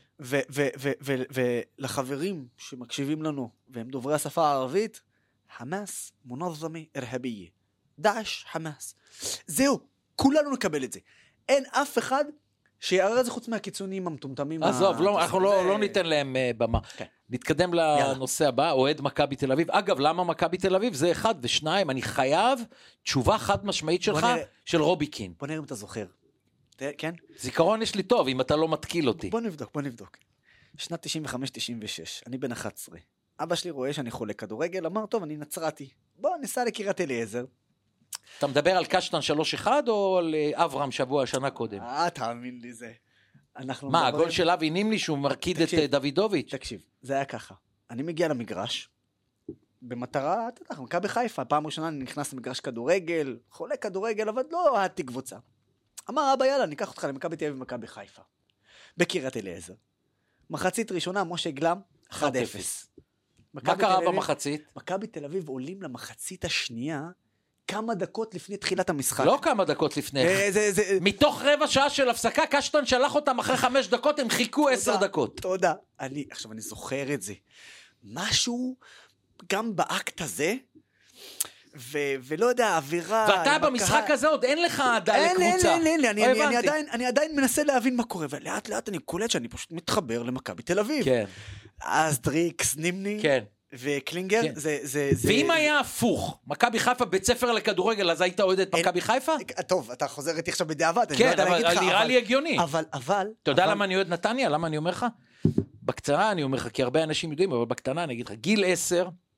ולחברים שמקשיבים לנו, והם דוברי השפה הערבית, חמאס מונזמה ארהביה. דאעש, חמאס. זהו, כולנו נקבל את זה. אין אף אחד שיערר את זה חוץ מהקיצונים המטומטמים. עזוב, אנחנו לא ניתן להם במה. נתקדם לנושא הבא, אוהד מכבי תל אביב. אגב, למה מכבי תל אביב? זה 1 ו2, אני חייב תשובה חד משמעית שלך, של רוביקין. בוא נראה אם אתה זוכר. כן? זיכרון יש לי טוב, אם אתה לא מתקיל אותי. בוא נבדוק. שנת 95-96, אני בן 11. אבא שלי רואה שאני חולה כדורגל, אמר, טוב, אני נצרתי. בוא ניסע לקריית אליעזר. אתה מדבר על קשטן 3-1 או על אברהם שבוע שנה קודם? תאמין לי זה. מה, הגול של אבי נימלי שהוא מרקיד את דוידוביץ'? תקשיב, זה היה ככה. אני מגיע למגרש, במטרה, אתה יודע, מכבי בחיפה, פעם ראשונה אני נכנס למגרש כדורגל, חולה כדורגל, אבל לא אהדתי קבוצה. אמר, אבא, יאללה, ניקח אותך למכבי תל אביב ומכבי חיפה. בקריית אליעזר. מחצית ראשונה, משה גלם, 1-0. מה קרה במחצית? מכבי תל אביב עולים למחצית השנייה, כמה דקות לפני תחילת המשחק. לא כמה דקות לפני. מתוך רבע שעה של הפסקה, קשטן שלח אותם אחרי 5 דקות, הם חיכו 10 דקות. תודה. עכשיו אני זוכר את זה. משהו, גם באקט הזה, ולא יודע, אווירה... ואתה במשחק הזה עוד אין לך עדיין לקבוצה. אין, אני עדיין מנסה להבין מה קורה, ולאט לאט אני קולט שאני פשוט מתחבר למכבי תל אביב. כן. אז דריקס, נימני, וקלינגר, זה... ואם היה הפוך, מכבי חיפה בית ספר לכדורגל, אז היית אוהד את מכבי חיפה? טוב, אתה חוזר איתי עכשיו בדיעבד, כן, אבל נראה לי הגיוני. אבל... אתה יודע למה אני אוהד נתניה? למה אני אומר לך? בקצרה אני אומר לך, כי הרבה אנשים יודעים, אבל בקטנה אני אגיד לך, גיל 10,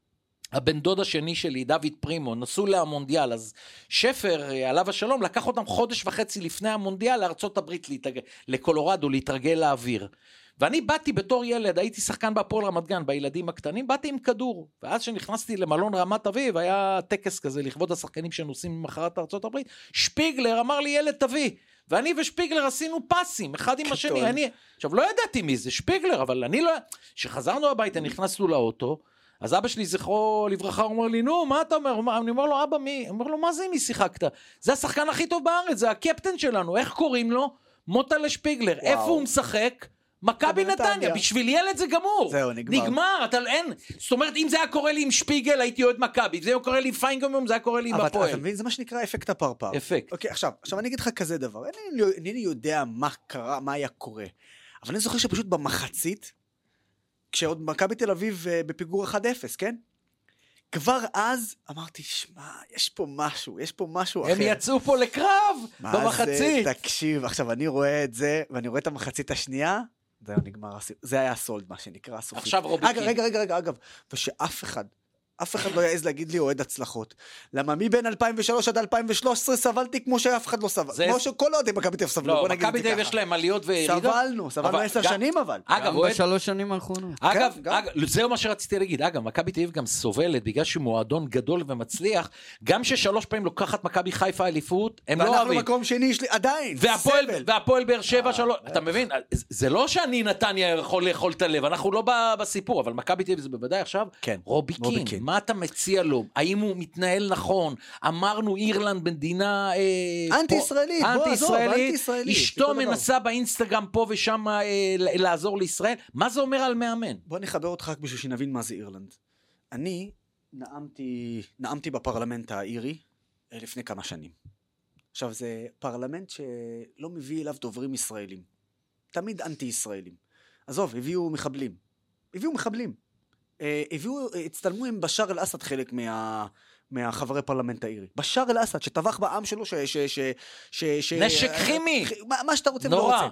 הבן דוד השני שלי, דוד פרימו, נסעו למונדיאל, אז שפר, עליו השלום, לקח אותם 1.5 חודש לפני המונדיאל לארצות הברית, לקולורדו, להתרגל לאוויר. ואני באתי בתור ילד, הייתי שחקן בהפועל רמת גן, בילדים הקטנים, באתי עם כדור, ואז שנכנסתי למלון רמת אביב, היה טקס כזה לכבוד השחקנים שנוסעים ממחרת ארצות הברית, שפיגלר אמר לי, ילד תביא, ואני ושפיגלר עשינו פסים, אחד עם השני, עכשיו לא ידעתי מי זה שפיגלר, אבל אני לא, שחזרנו הביתה, נכנסנו לאוטו, אז אבא שלי זכרו לברכה, הוא אומר לי, נו, מה אתה אומר? אני אומר לו, אבא מי? הוא אומר לו, מה זה מי שיחקת? זה השחקן הכי טוב בארץ, זה הקפטן שלנו, איך קוראים לו? מוטלה שפיגלר, איפה הוא משחק? מכבי נתניה, בשביל ילד זה גמור. זהו, נגמר, אתה אין, זאת אומרת, אם זה היה קורא לי עם שפיגל, הייתי אוהד מכבי, זה היה קורא לי עם פיינגום, זה היה קורא לי עם הפועל. אבל אתה מבין, זה מה שנקרא אפקט הפרפר. אפקט. אוקיי, עכשיו אני אגיד לך כזה דבר, אינני יודע מה קרה, מה היה קורה, אבל אני זוכר שפשוט במחצית, כשעוד מכבי תל אביב בפיגור 1-0, כן? כבר אז אמרתי, שמע, יש פה משהו אחר. הם יצאו פה לקרב במחצית. מה זה, תקשיב, עכשיו אני רואה את זה, ואני רואה את המחצית השנייה, זהו, נגמר, זה היה הסולד, מה שנקרא הסופית. עכשיו רוביקין. רגע, אגב, ושאף אחד לא יעז להגיד לי אוהד הצלחות. למה מבין 2003 עד 2013 סבלתי כמו שאף אחד לא סבל. כמו שכל עוד מכבי תל אביב סבלו, בוא נגיד את זה ככה. מכבי תל אביב יש להם עליות וירידות. סבלנו 10 שנים אבל. גם ב3 שנים האחרונות. אגב, זהו מה שרציתי להגיד. אגב, מכבי תל אביב גם סובלת, בגלל שהוא מועדון גדול ומצליח, גם ש3 פעמים לוקחת מכבי חיפה אליפות, הם לא אוהבים. ואנחנו מקום שני, עדיין. והפועל באר שבע 3, אתה מבין? זה לא שאני נתניה יכול לאכול את הלב, אנחנו לא בסיפור, אבל מכבי תל אביב זה בוודאי עכשיו רוביקין. מה אתה מציע לו? האם הוא מתנהל נכון? אמרנו אירלנד מדינה אנטי-ישראלית, אשתו מנסה באינסטגרם פה ושם לעזור לישראל. מה זה אומר על מאמן? בוא נחבר אותך רק בשביל שנבין מה זה אירלנד. אני נאמתי בפרלמנט האירי לפני כמה שנים. עכשיו זה פרלמנט שלא מביא אליו דוברים ישראלים. תמיד אנטי-ישראלים. עזוב, הביאו מחבלים. הצטלמו עם בשאר אל-אסד חלק מהחברי פרלמנט האירי. בשאר אל-אסד שטבח בעם שלו נשק כימי. מה שאתה רוצה ולא רוצה.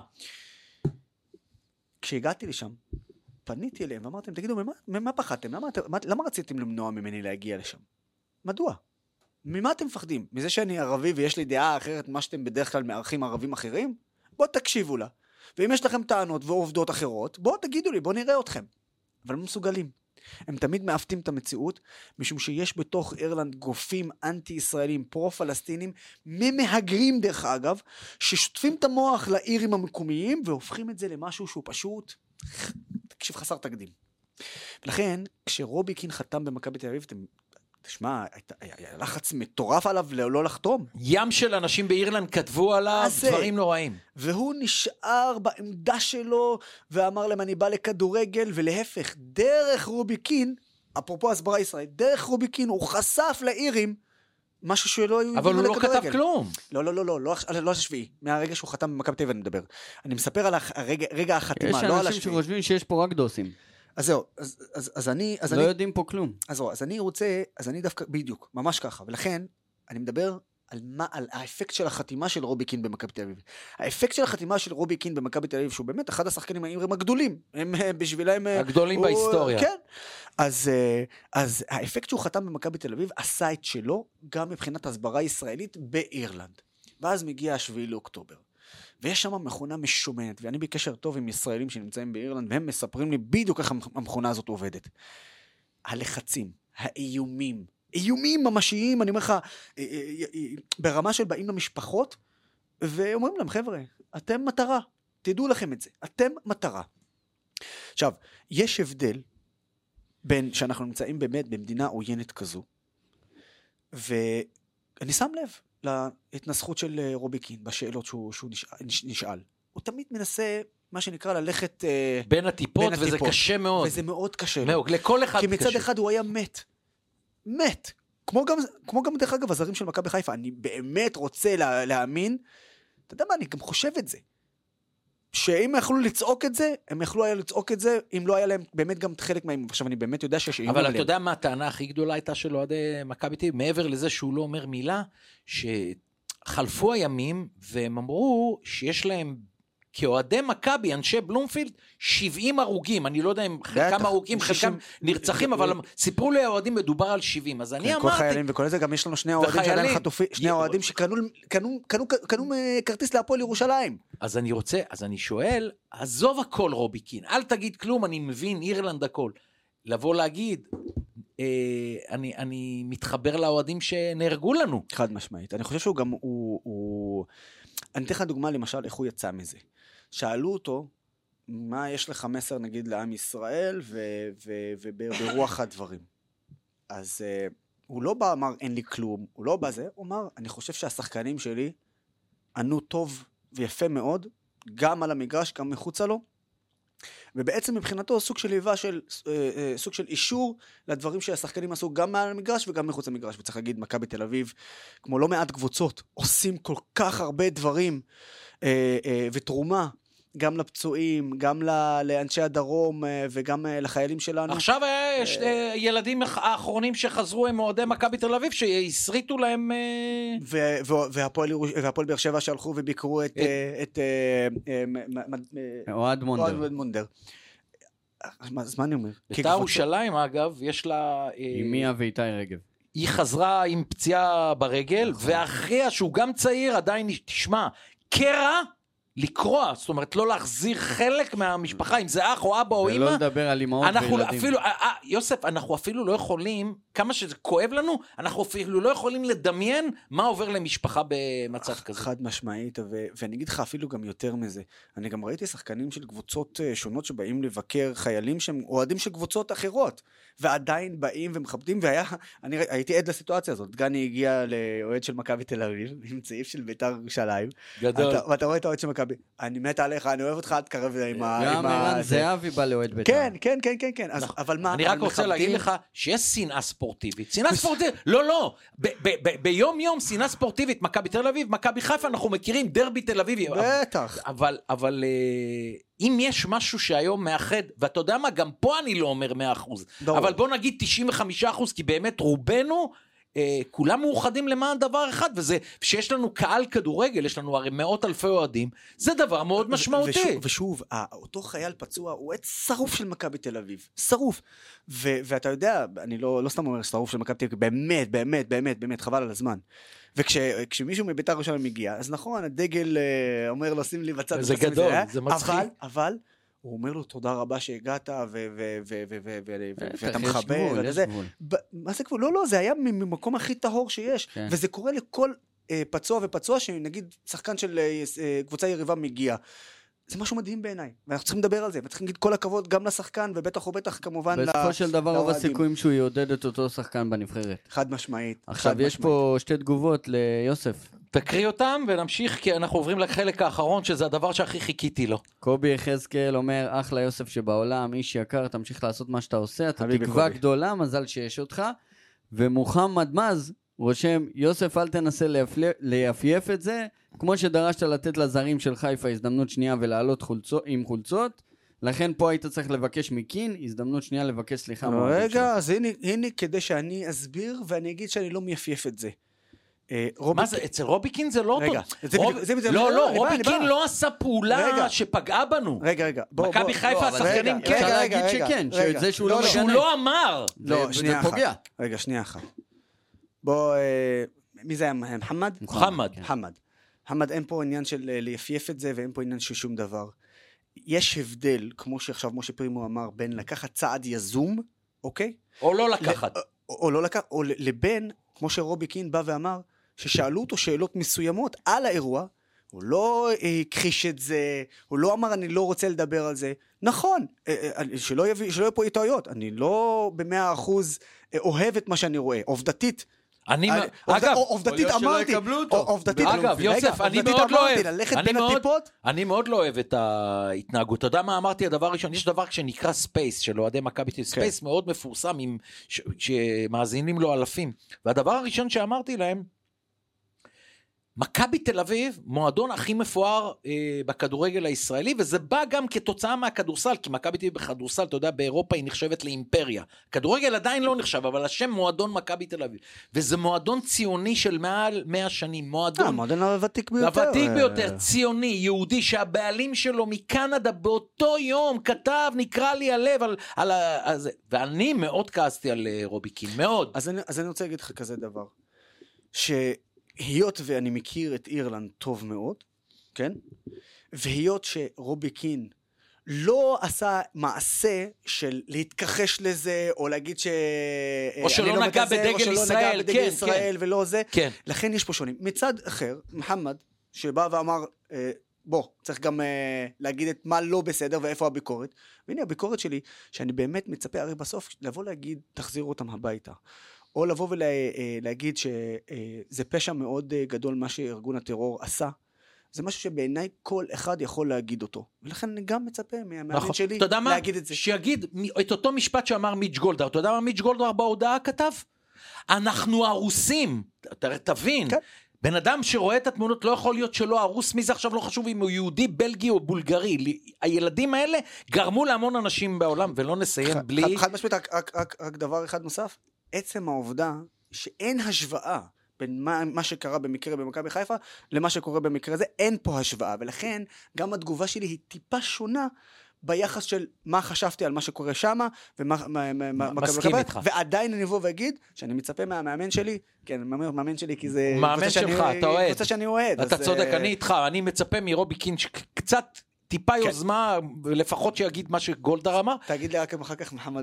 כשהגעתי לשם, פניתי אליהם ואמרתם, תגידו, ממה פחדתם? למה רציתם למנוע ממני להגיע לשם? מדוע? ממה אתם מפחדים? מזה שאני ערבי ויש לי דעה אחרת מה שאתם בדרך כלל מארחים ערבים אחרים? בואו תקשיבו לה. ואם יש לכם טענות ועובדות אחרות, בואו תגידו לי, בואו נראה אתכם. אבל הם מסוגלים. הם תמיד מאפתים את המציאות, משום שיש בתוך אירלנד גופים אנטי-ישראלים, פרו-פלסטינים, ממהגרים דרך אגב, ששוטפים את המוח לאירים המקומיים, והופכים את זה למשהו שהוא פשוט, תקשיב, חסר תקדים. ולכן, כשרוביקין חתם במכבי תל אביב, תשמע, היה לחץ מטורף עליו לא לחתום. ים של אנשים באירלנד כתבו עליו דברים נוראים. והוא נשאר בעמדה שלו, ואמר להם, אני בא לכדורגל, ולהפך, דרך רוביקין, אפרופו הסברה ישראל, דרך רוביקין הוא חשף לאירים, משהו שלא היו... אבל הוא לא כתב כלום. לא השביעי, מהרגע שהוא חתם במכבי תל אביב אני מדבר. אני מספר על רגע החתימה, לא על השביעי. יש אנשים שחושבים שיש פה רק דוסים. אז זהו, אז אני... לא יודעים פה כלום. אז אני דווקא, בדיוק, ממש ככה, ולכן אני מדבר על האפקט של החתימה של רובי קין במכבי תל אביב. האפקט של החתימה של רובי קין במכבי תל אביב, שהוא באמת אחד השחקנים האירים הגדולים, הם בשבילם... הגדולים בהיסטוריה. כן. אז האפקט שהוא חתם במכבי תל אביב, עשה את שלו, גם מבחינת הסברה ישראלית באירלנד. ואז מגיע 7 לאוקטובר. ויש שם מכונה משומנת, ואני בקשר טוב עם ישראלים שנמצאים באירלנד, והם מספרים לי בדיוק איך המכונה הזאת עובדת. הלחצים, האיומים, איומים ממשיים, אני אומר לך, ברמה של באים למשפחות, ואומרים להם, חבר'ה, אתם מטרה, תדעו לכם את זה, אתם מטרה. עכשיו, יש הבדל בין שאנחנו נמצאים באמת במדינה עוינת כזו, ואני שם לב, להתנסחות של רובי קין, בשאלות שהוא נשאל. הוא תמיד מנסה, מה שנקרא, ללכת... בין הטיפות, וזה קשה מאוד. וזה מאוד קשה. מאוד, לכל אחד קשה. כי מצד אחד הוא היה מת. כמו גם דרך אגב, הזרים של מכבי חיפה. אני באמת רוצה להאמין, אתה יודע מה, אני גם חושב את זה. שאם יכלו לצעוק את זה, הם יכלו היה לצעוק את זה, אם לא היה להם באמת גם חלק מהם. עכשיו אני באמת יודע שיש... אבל אתה יודע מה הטענה הכי גדולה הייתה של אוהדי מכבי תל אביב, מעבר לזה שהוא לא אומר מילה, שחלפו הימים, והם אמרו שיש להם כאוהדי מכבי, אנשי בלומפילד, 70 הרוגים, אני לא יודע אם חלקם הרוגים, חלקם נרצחים, אבל סיפרו לי האוהדים מדובר על 70, אז אני אמרתי... כל חיילים וכל זה, גם יש לנו שני אוהדים שעדיין חטופים, שני אוהדים שקנו כרטיס להפועל ירושלים. אז אני שואל, עזוב הכל רוביקין, אל תגיד כלום, אני מבין, אירלנד הכל. לבוא להגיד, אני מתחבר לאוהדים שנהרגו לנו. חד משמעית. אני חושב שהוא גם, אני אתן לך דוגמה למשל איך הוא יצא מזה. שאלו אותו, מה יש לך מסר נגיד לעם ישראל וברוח הדברים. אז הוא לא בא אמר אין לי כלום, הוא לא בא זה, הוא אמר אני חושב שהשחקנים שלי ענו טוב ויפה מאוד, גם על המגרש, גם מחוצה לו, ובעצם מבחינתו סוג של היווה של, סוג של אישור לדברים שהשחקנים עשו גם מעל המגרש וגם מחוץ למגרש. וצריך להגיד, מכבי תל אביב, כמו לא מעט קבוצות, עושים כל כך הרבה דברים ותרומה, גם לפצועים, גם לאנשי הדרום וגם לחיילים שלנו. עכשיו יש ילדים האחרונים שחזרו עם אוהדי מכבי תל אביב שהסריטו להם... והפועל באר שבע שהלכו וביקרו את אוהד מונדר. אז מה אני אומר? בית"ר ירושלים אגב, יש לה... עם מיה ואיתי רגב. היא חזרה עם פציעה ברגל, ואחריה שהוא גם צעיר עדיין תשמע, קרע לקרוע, זאת אומרת לא להחזיר חלק מהמשפחה, אם זה אח או אבא או אמא. ולא לדבר על אמאות וילדים. יוסף, אנחנו אפילו לא יכולים, כמה שזה כואב לנו, אנחנו אפילו לא יכולים לדמיין מה עובר למשפחה במצב כזה. חד משמעית, ואני אגיד לך אפילו גם יותר מזה. אני גם ראיתי שחקנים של קבוצות שונות שבאים לבקר חיילים שהם אוהדים של קבוצות אחרות, ועדיין באים ומכבדים, אני הייתי עד לסיטואציה הזאת. דגני הגיע לאוהד של מכבי תל אביב, עם צעיף של בית"ר ירושלים. גדול. ואתה רואה את האוהד של מכבי, אני מת עליך, אני אוהב אותך, אל תקרב עם גם ערן זהבי בא לאוהד בית"ר. כן. אבל מה? אני רק רוצה להגיד לך שיש שנאה ספורטיבית. שנאה ספורטיבית, לא. ביום יום שנאה ספורטיבית, מכבי תל אביב, מכבי חיפה, אנחנו מכירים דרבי תל אביבי. בטח. אבל אם יש משהו שהיום מאחד, ואתה יודע מה, גם פה אני לא אומר 100%, אבל בוא נגיד 95%, כי באמת רובנו, כולם מאוחדים למען דבר אחד, וזה שיש לנו קהל כדורגל, יש לנו הרי מאות אלפי אוהדים, זה דבר מאוד משמעותי. ושוב, אותו חייל פצוע, הוא עד שרוף של מכבי תל אביב, שרוף. ואתה יודע, אני לא סתם אומר שרוף של מכבי תל אביב, באמת, חבל על הזמן. וכשמישהו מבית"ר ירושלים מגיע, אז נכון, הדגל אומר לו, שים לי בצד. זה גדול, זה מצחיק. אבל הוא אומר לו, תודה רבה שהגעת, ואתה מחבר. מה זה גבול? לא, זה היה ממקום הכי טהור שיש, וזה קורה לכל פצוע ופצוע, שנגיד שחקן של קבוצה יריבה מגיע. זה משהו מדהים בעיניי, ואנחנו צריכים לדבר על זה, וצריכים להגיד כל הכבוד גם לשחקן, ובטח ובטח כמובן בסופו של דבר רוב הסיכויים שהוא יעודד את אותו שחקן בנבחרת. חד משמעית. עכשיו יש פה שתי תגובות ליוסף. תקריא אותם ונמשיך, כי אנחנו עוברים לחלק האחרון, שזה הדבר שהכי חיכיתי לו. קובי יחזקאל אומר, אחלה יוסף שבעולם, איש יקר, תמשיך לעשות מה שאתה עושה, אתה תקווה גדולה, מזל שיש אותך. ומוחמד מז רושם, יוסף אל תנסה ליפייף את זה, כמו שדרשת לתת לזרים של חיפה הזדמנות שנייה ולעלות עם חולצות, לכן פה היית צריך לבקש מקין, הזדמנות שנייה לבקש סליחה. רגע, אז הנה כדי שאני אסביר ואני אגיד שאני לא מייפייף את זה. מה זה, אצל רוביקין זה לא טוב. לא, רוביקין לא עשה פעולה שפגעה בנו. רגע. מכבי חיפה השחקנים כן. אפשר להגיד שכן, שהוא לא אמר. לא, שנייה אחת. רגע, שנייה אחת. מי זה היה? מחמד? מחמד, אין פה עניין של ליפייף את זה, ואין פה עניין של שום דבר. יש הבדל, כמו שעכשיו משה פרימו אמר, בין לקחת צעד יזום, אוקיי? או לא לקחת. או לבין, כמו שרוביקין בא ואמר, ששאלו אותו שאלות מסוימות על האירוע, הוא לא הכחיש את זה, הוא לא אמר אני לא רוצה לדבר על זה, נכון, שלא יהיו פה איתויות, אני לא ב100% אוהב את מה שאני רואה, עובדתית, עובדתית אמרתי, אגב יוסף, אני מאוד לא אוהב את ההתנהגות. אתה יודע מה אמרתי? הדבר הראשון, יש דבר שנקרא ספייס של אוהדי מכבי תל אביב, ספייס מאוד מפורסם שמאזינים לו אלפים, והדבר הראשון שאמרתי להם, מכבי תל אביב, מועדון הכי מפואר בכדורגל הישראלי, וזה בא גם כתוצאה מהכדורסל, כי מכבי תל אביב בכדורסל, אתה יודע, באירופה היא נחשבת לאימפריה. כדורגל עדיין לא נחשב, אבל השם מועדון מכבי תל אביב. וזה מועדון ציוני של מעל 100 שנים. מועדון הוותיק ביותר. הוותיק ביותר, ציוני, יהודי, שהבעלים שלו מקנדה באותו יום כתב, נקרא לי הלב על זה. ואני מאוד כעסתי על רובי קין, מאוד. אז אני רוצה להגיד לך כזה דבר, שהיות ואני מכיר את אירלנד טוב מאוד, כן? והיות שרובי קין לא עשה מעשה של להתכחש לזה, או להגיד או שלא נגע בדגל ישראל, כן, ישראל ולא זה, כן. לכן יש פה שונים. מצד אחר, מוחמד, שבא ואמר, בוא, צריך גם להגיד את מה לא בסדר ואיפה הביקורת, והנה הביקורת שלי, שאני באמת מצפה הרי בסוף, לבוא להגיד, תחזירו אותם הביתה. או לבוא ולהגיד שזה פשע מאוד גדול מה שארגון הטרור עשה, זה משהו שבעיניי כל אחד יכול להגיד אותו. ולכן אני גם מצפה מהמאמן שלי להגיד את זה. שיגיד את אותו משפט שאמר מיץ' גולדהר. אתה יודע מה מיץ' גולדהר בהודעה כתב? אנחנו הרוסים. תבין. כן. בן אדם שרואה את התמונות לא יכול להיות שלא הרוס, מי זה עכשיו לא חשוב אם הוא יהודי, בלגי או בולגרי. הילדים האלה גרמו להמון אנשים בעולם, ולא נסיים בלי... חד משמעית, רק דבר אחד נוסף. עצם העובדה שאין השוואה בין מה שקרה במקרה במכבי חיפה למה שקורה במקרה הזה, אין פה השוואה, ולכן גם התגובה שלי היא טיפה שונה ביחס של מה חשבתי על מה שקורה שמה, מסכים איתך. ועדיין אני אבוא ואגיד שאני מצפה מהמאמן שלי, כן, מאמן שלי כי זה מאמן שלך, אתה אוהד. קבוצה שאני אוהד. אתה צודק, אני איתך, אני מצפה מרובי קין קצת טיפה יוזמה, לפחות שיגיד מה שגולדהר אמר. תגיד לי רק אחר כך מוחמד.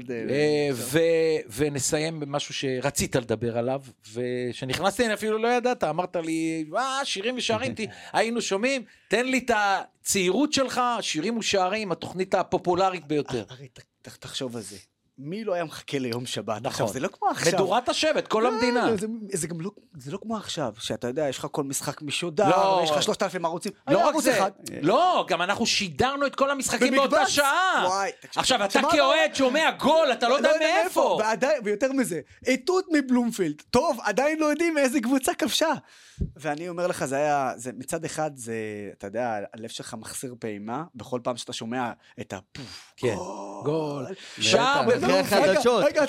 ונסיים במשהו שרצית לדבר עליו, ושנכנסתי, אני אפילו לא ידעת, אמרת לי, שירים ושערים, היינו שומעים, תן לי את הצעירות שלך, שירים ושערים, התוכנית הפופולרית ביותר. הרי תחשוב על זה. מי לא היה מחכה ליום שבת? נכון. זה לא כמו עכשיו. מדורת השבט, כל המדינה. זה גם לא כמו עכשיו, שאתה יודע, יש לך כל משחק משודר, ויש לך 3,000 ערוצים. לא רק זה. לא, גם אנחנו שידרנו את כל המשחקים באותה שעה. עכשיו, אתה כאוהד שומע גול, אתה לא יודע מאיפה. ויותר מזה, איתות מבלומפילד. טוב, עדיין לא יודעים איזה קבוצה כבשה. ואני אומר לך, מצד אחד, אתה יודע, הלב שלך מחסיר פעימה, בכל פעם שאתה שומע את הפוף, גול. שער בבלומפילד.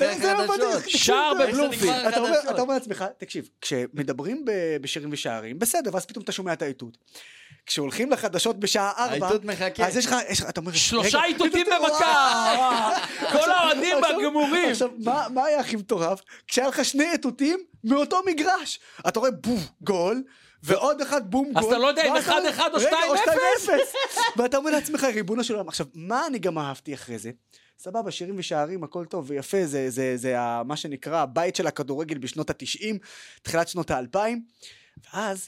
שער בבלומפילד. אתה אומר לעצמך, תקשיב, כשמדברים בשירים ושערים, בסדר, ואז פתאום אתה שומע את האיתות. כשהולכים לחדשות בשעה 4, האיתות מחכה. אז יש לך, אתה אומר, 3 איתותים במכה. כל האוהדים בגמורים. עכשיו, מה היה הכי מטורף? כשהיה לך 2 איתותים מאותו מגרש. אתה רואה בום, גול, ועוד אחד בום גול. אז אתה לא יודע אם 1-1 או 2-0. ואתה אומר לעצמך, ריבונו של עולם. עכשיו, מה אני גם אהבתי אחרי זה? סבבה, שירים ושערים, הכל טוב ויפה, זה מה שנקרא הבית של הכדורגל בשנות ה-90, תחילת שנות ה-2000, ואז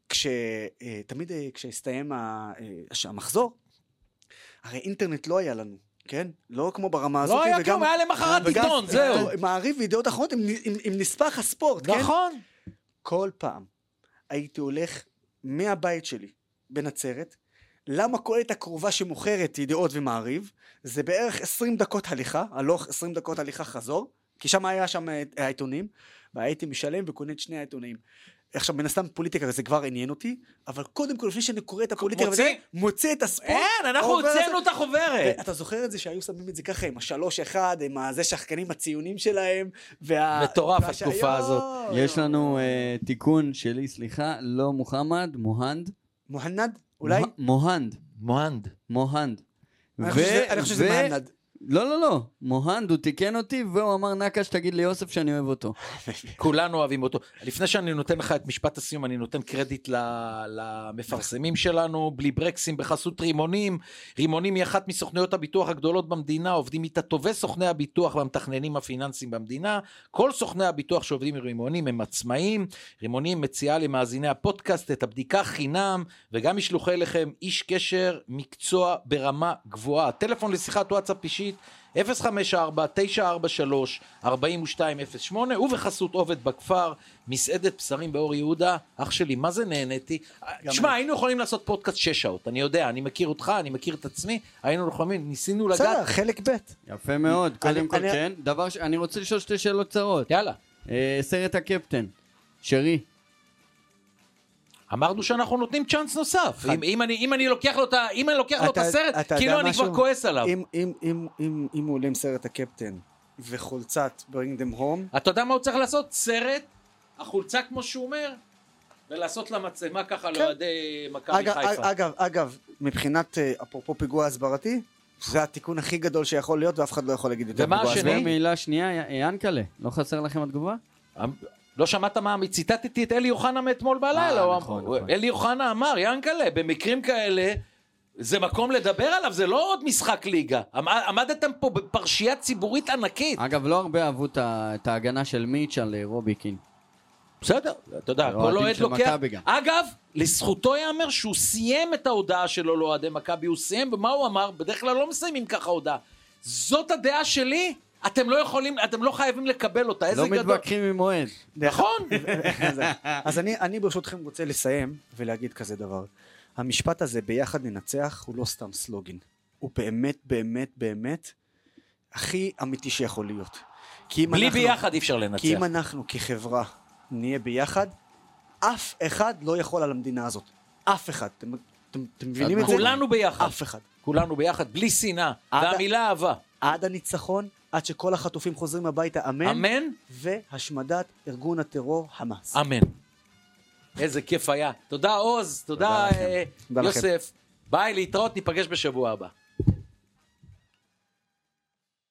תמיד כשהסתיים המחזור, הרי אינטרנט לא היה לנו, כן? לא כמו ברמה הזאת. לא היה כלום, היה למחרת עיתון, זהו. מעריב וידיעות אחרות עם נספח הספורט, כן? נכון. כל פעם הייתי הולך מהבית שלי בנצרת, למכולת הקרובה שמוכרת ידיעות ומעריב, זה בערך 20 דקות הליכה, הלוך 20 דקות הליכה חזור, כי שם היה העיתונים, והייתי משלם וקונה את 2 העיתונים. עכשיו, מן הסתם פוליטיקה זה כבר עניין אותי, אבל קודם כל, לפני שאני קורא את הפוליטיקה, מוצא את הספורט. אין, אנחנו הוצאנו את החוברת. אתה זוכר את זה שהיו שמים את זה ככה, עם 3-1, עם זה שחקנים הציונים שלהם, מטורף התקופה הזאת. יש לנו תיקון שלי, סליחה, לא מוחמד, מוהנד. מוהנד? אולי? מוהנד. אני חושב שזה מהנד. לא, מוהנד, הוא תיקן אותי, והוא אמר נקש, תגיד לי יוסף שאני אוהב אותו. כולנו אוהבים אותו. לפני שאני נותן לך את משפט הסיום, אני נותן קרדיט למפרסמים שלנו, בלי ברקסים בחסות רימונים. רימונים היא אחת מסוכניות הביטוח הגדולות במדינה, עובדים איתה טובי סוכני הביטוח והמתכננים הפיננסיים במדינה. כל סוכני הביטוח שעובדים עם רימונים הם עצמאים. רימונים מציעה למאזיני הפודקאסט את הבדיקה חינם, וגם ישלוחי אליכם איש קשר מקצוע ברמה גבוהה. טלפון לשיחת וואטסאפ אישית 054-943-4208, ובחסות עובד בכפר, מסעדת בשרים באור יהודה. אח שלי, מה זה נהניתי? תשמע, היינו יכולים לעשות פודקאסט 6 שעות, אני יודע, אני מכיר אותך, אני מכיר את עצמי, היינו יכולים, ניסינו לגעת. בסדר, חלק ב'. יפה מאוד, קודם כל כן. אני רוצה לשאול 2 שאלות קצרות. יאללה. סרט הקפטן, שרי. אמרנו שאנחנו נותנים צ'אנס נוסף. אם אני לוקח לו את הסרט, כאילו אני כבר כועס עליו. אם הוא עולה עם סרט הקפטן וחולצת Bring them home, אתה יודע מה הוא צריך לעשות? סרט, החולצה כמו שהוא אומר, ולעשות לה מצלמה ככה לידי מכבי חיפה. אגב, מבחינת אפרופו פיגוע הסברתי, זה התיקון הכי גדול שיכול להיות, ואף אחד לא יכול להגיד יותר פיגוע הסברתי. ומילה שנייה, ינקלה, לא חסר לכם התגובה? לא שמעת מה, ציטטתי את אלי יוחנה מאתמול בלילה. אלי יוחנה אמר, ינקלה, במקרים כאלה, זה מקום לדבר עליו, זה לא עוד משחק ליגה. עמדתם פה בפרשייה ציבורית ענקית. אגב, לא הרבה אהבו את ההגנה של מיץ' על רוביקין. בסדר, אתה יודע, כל אוהד לוקח. אגב, לזכותו יאמר שהוא סיים את ההודעה שלו לאוהדי מכבי, הוא סיים, ומה הוא אמר? בדרך כלל לא מסיימים ככה הודעה. זאת הדעה שלי, אתם לא יכולים, אתם לא חייבים לקבל אותה. לא מתווכחים עם אוהד. נכון. אז אני ברשותכם רוצה לסיים ולהגיד כזה דבר. המשפט הזה ביחד ננצח הוא לא סתם סלוגן. הוא באמת, באמת, באמת הכי אמיתי שיכול להיות. בלי ביחד אי אפשר לנצח. כי אם אנחנו כחברה נהיה ביחד, אף אחד לא יכול על המדינה הזאת. אף אחד. אתם מבינים את זה? כולנו ביחד. אף אחד. כולנו ביחד, בלי שנאה. והמילה אהבה. עד הניצחון, עד שכל החטופים חוזרים הביתה, אמן. אמן. והשמדת ארגון הטרור חמאס. אמן. איזה כיף היה. תודה עוז, תודה יוסף. ביי, להתראות, ניפגש בשבוע הבא.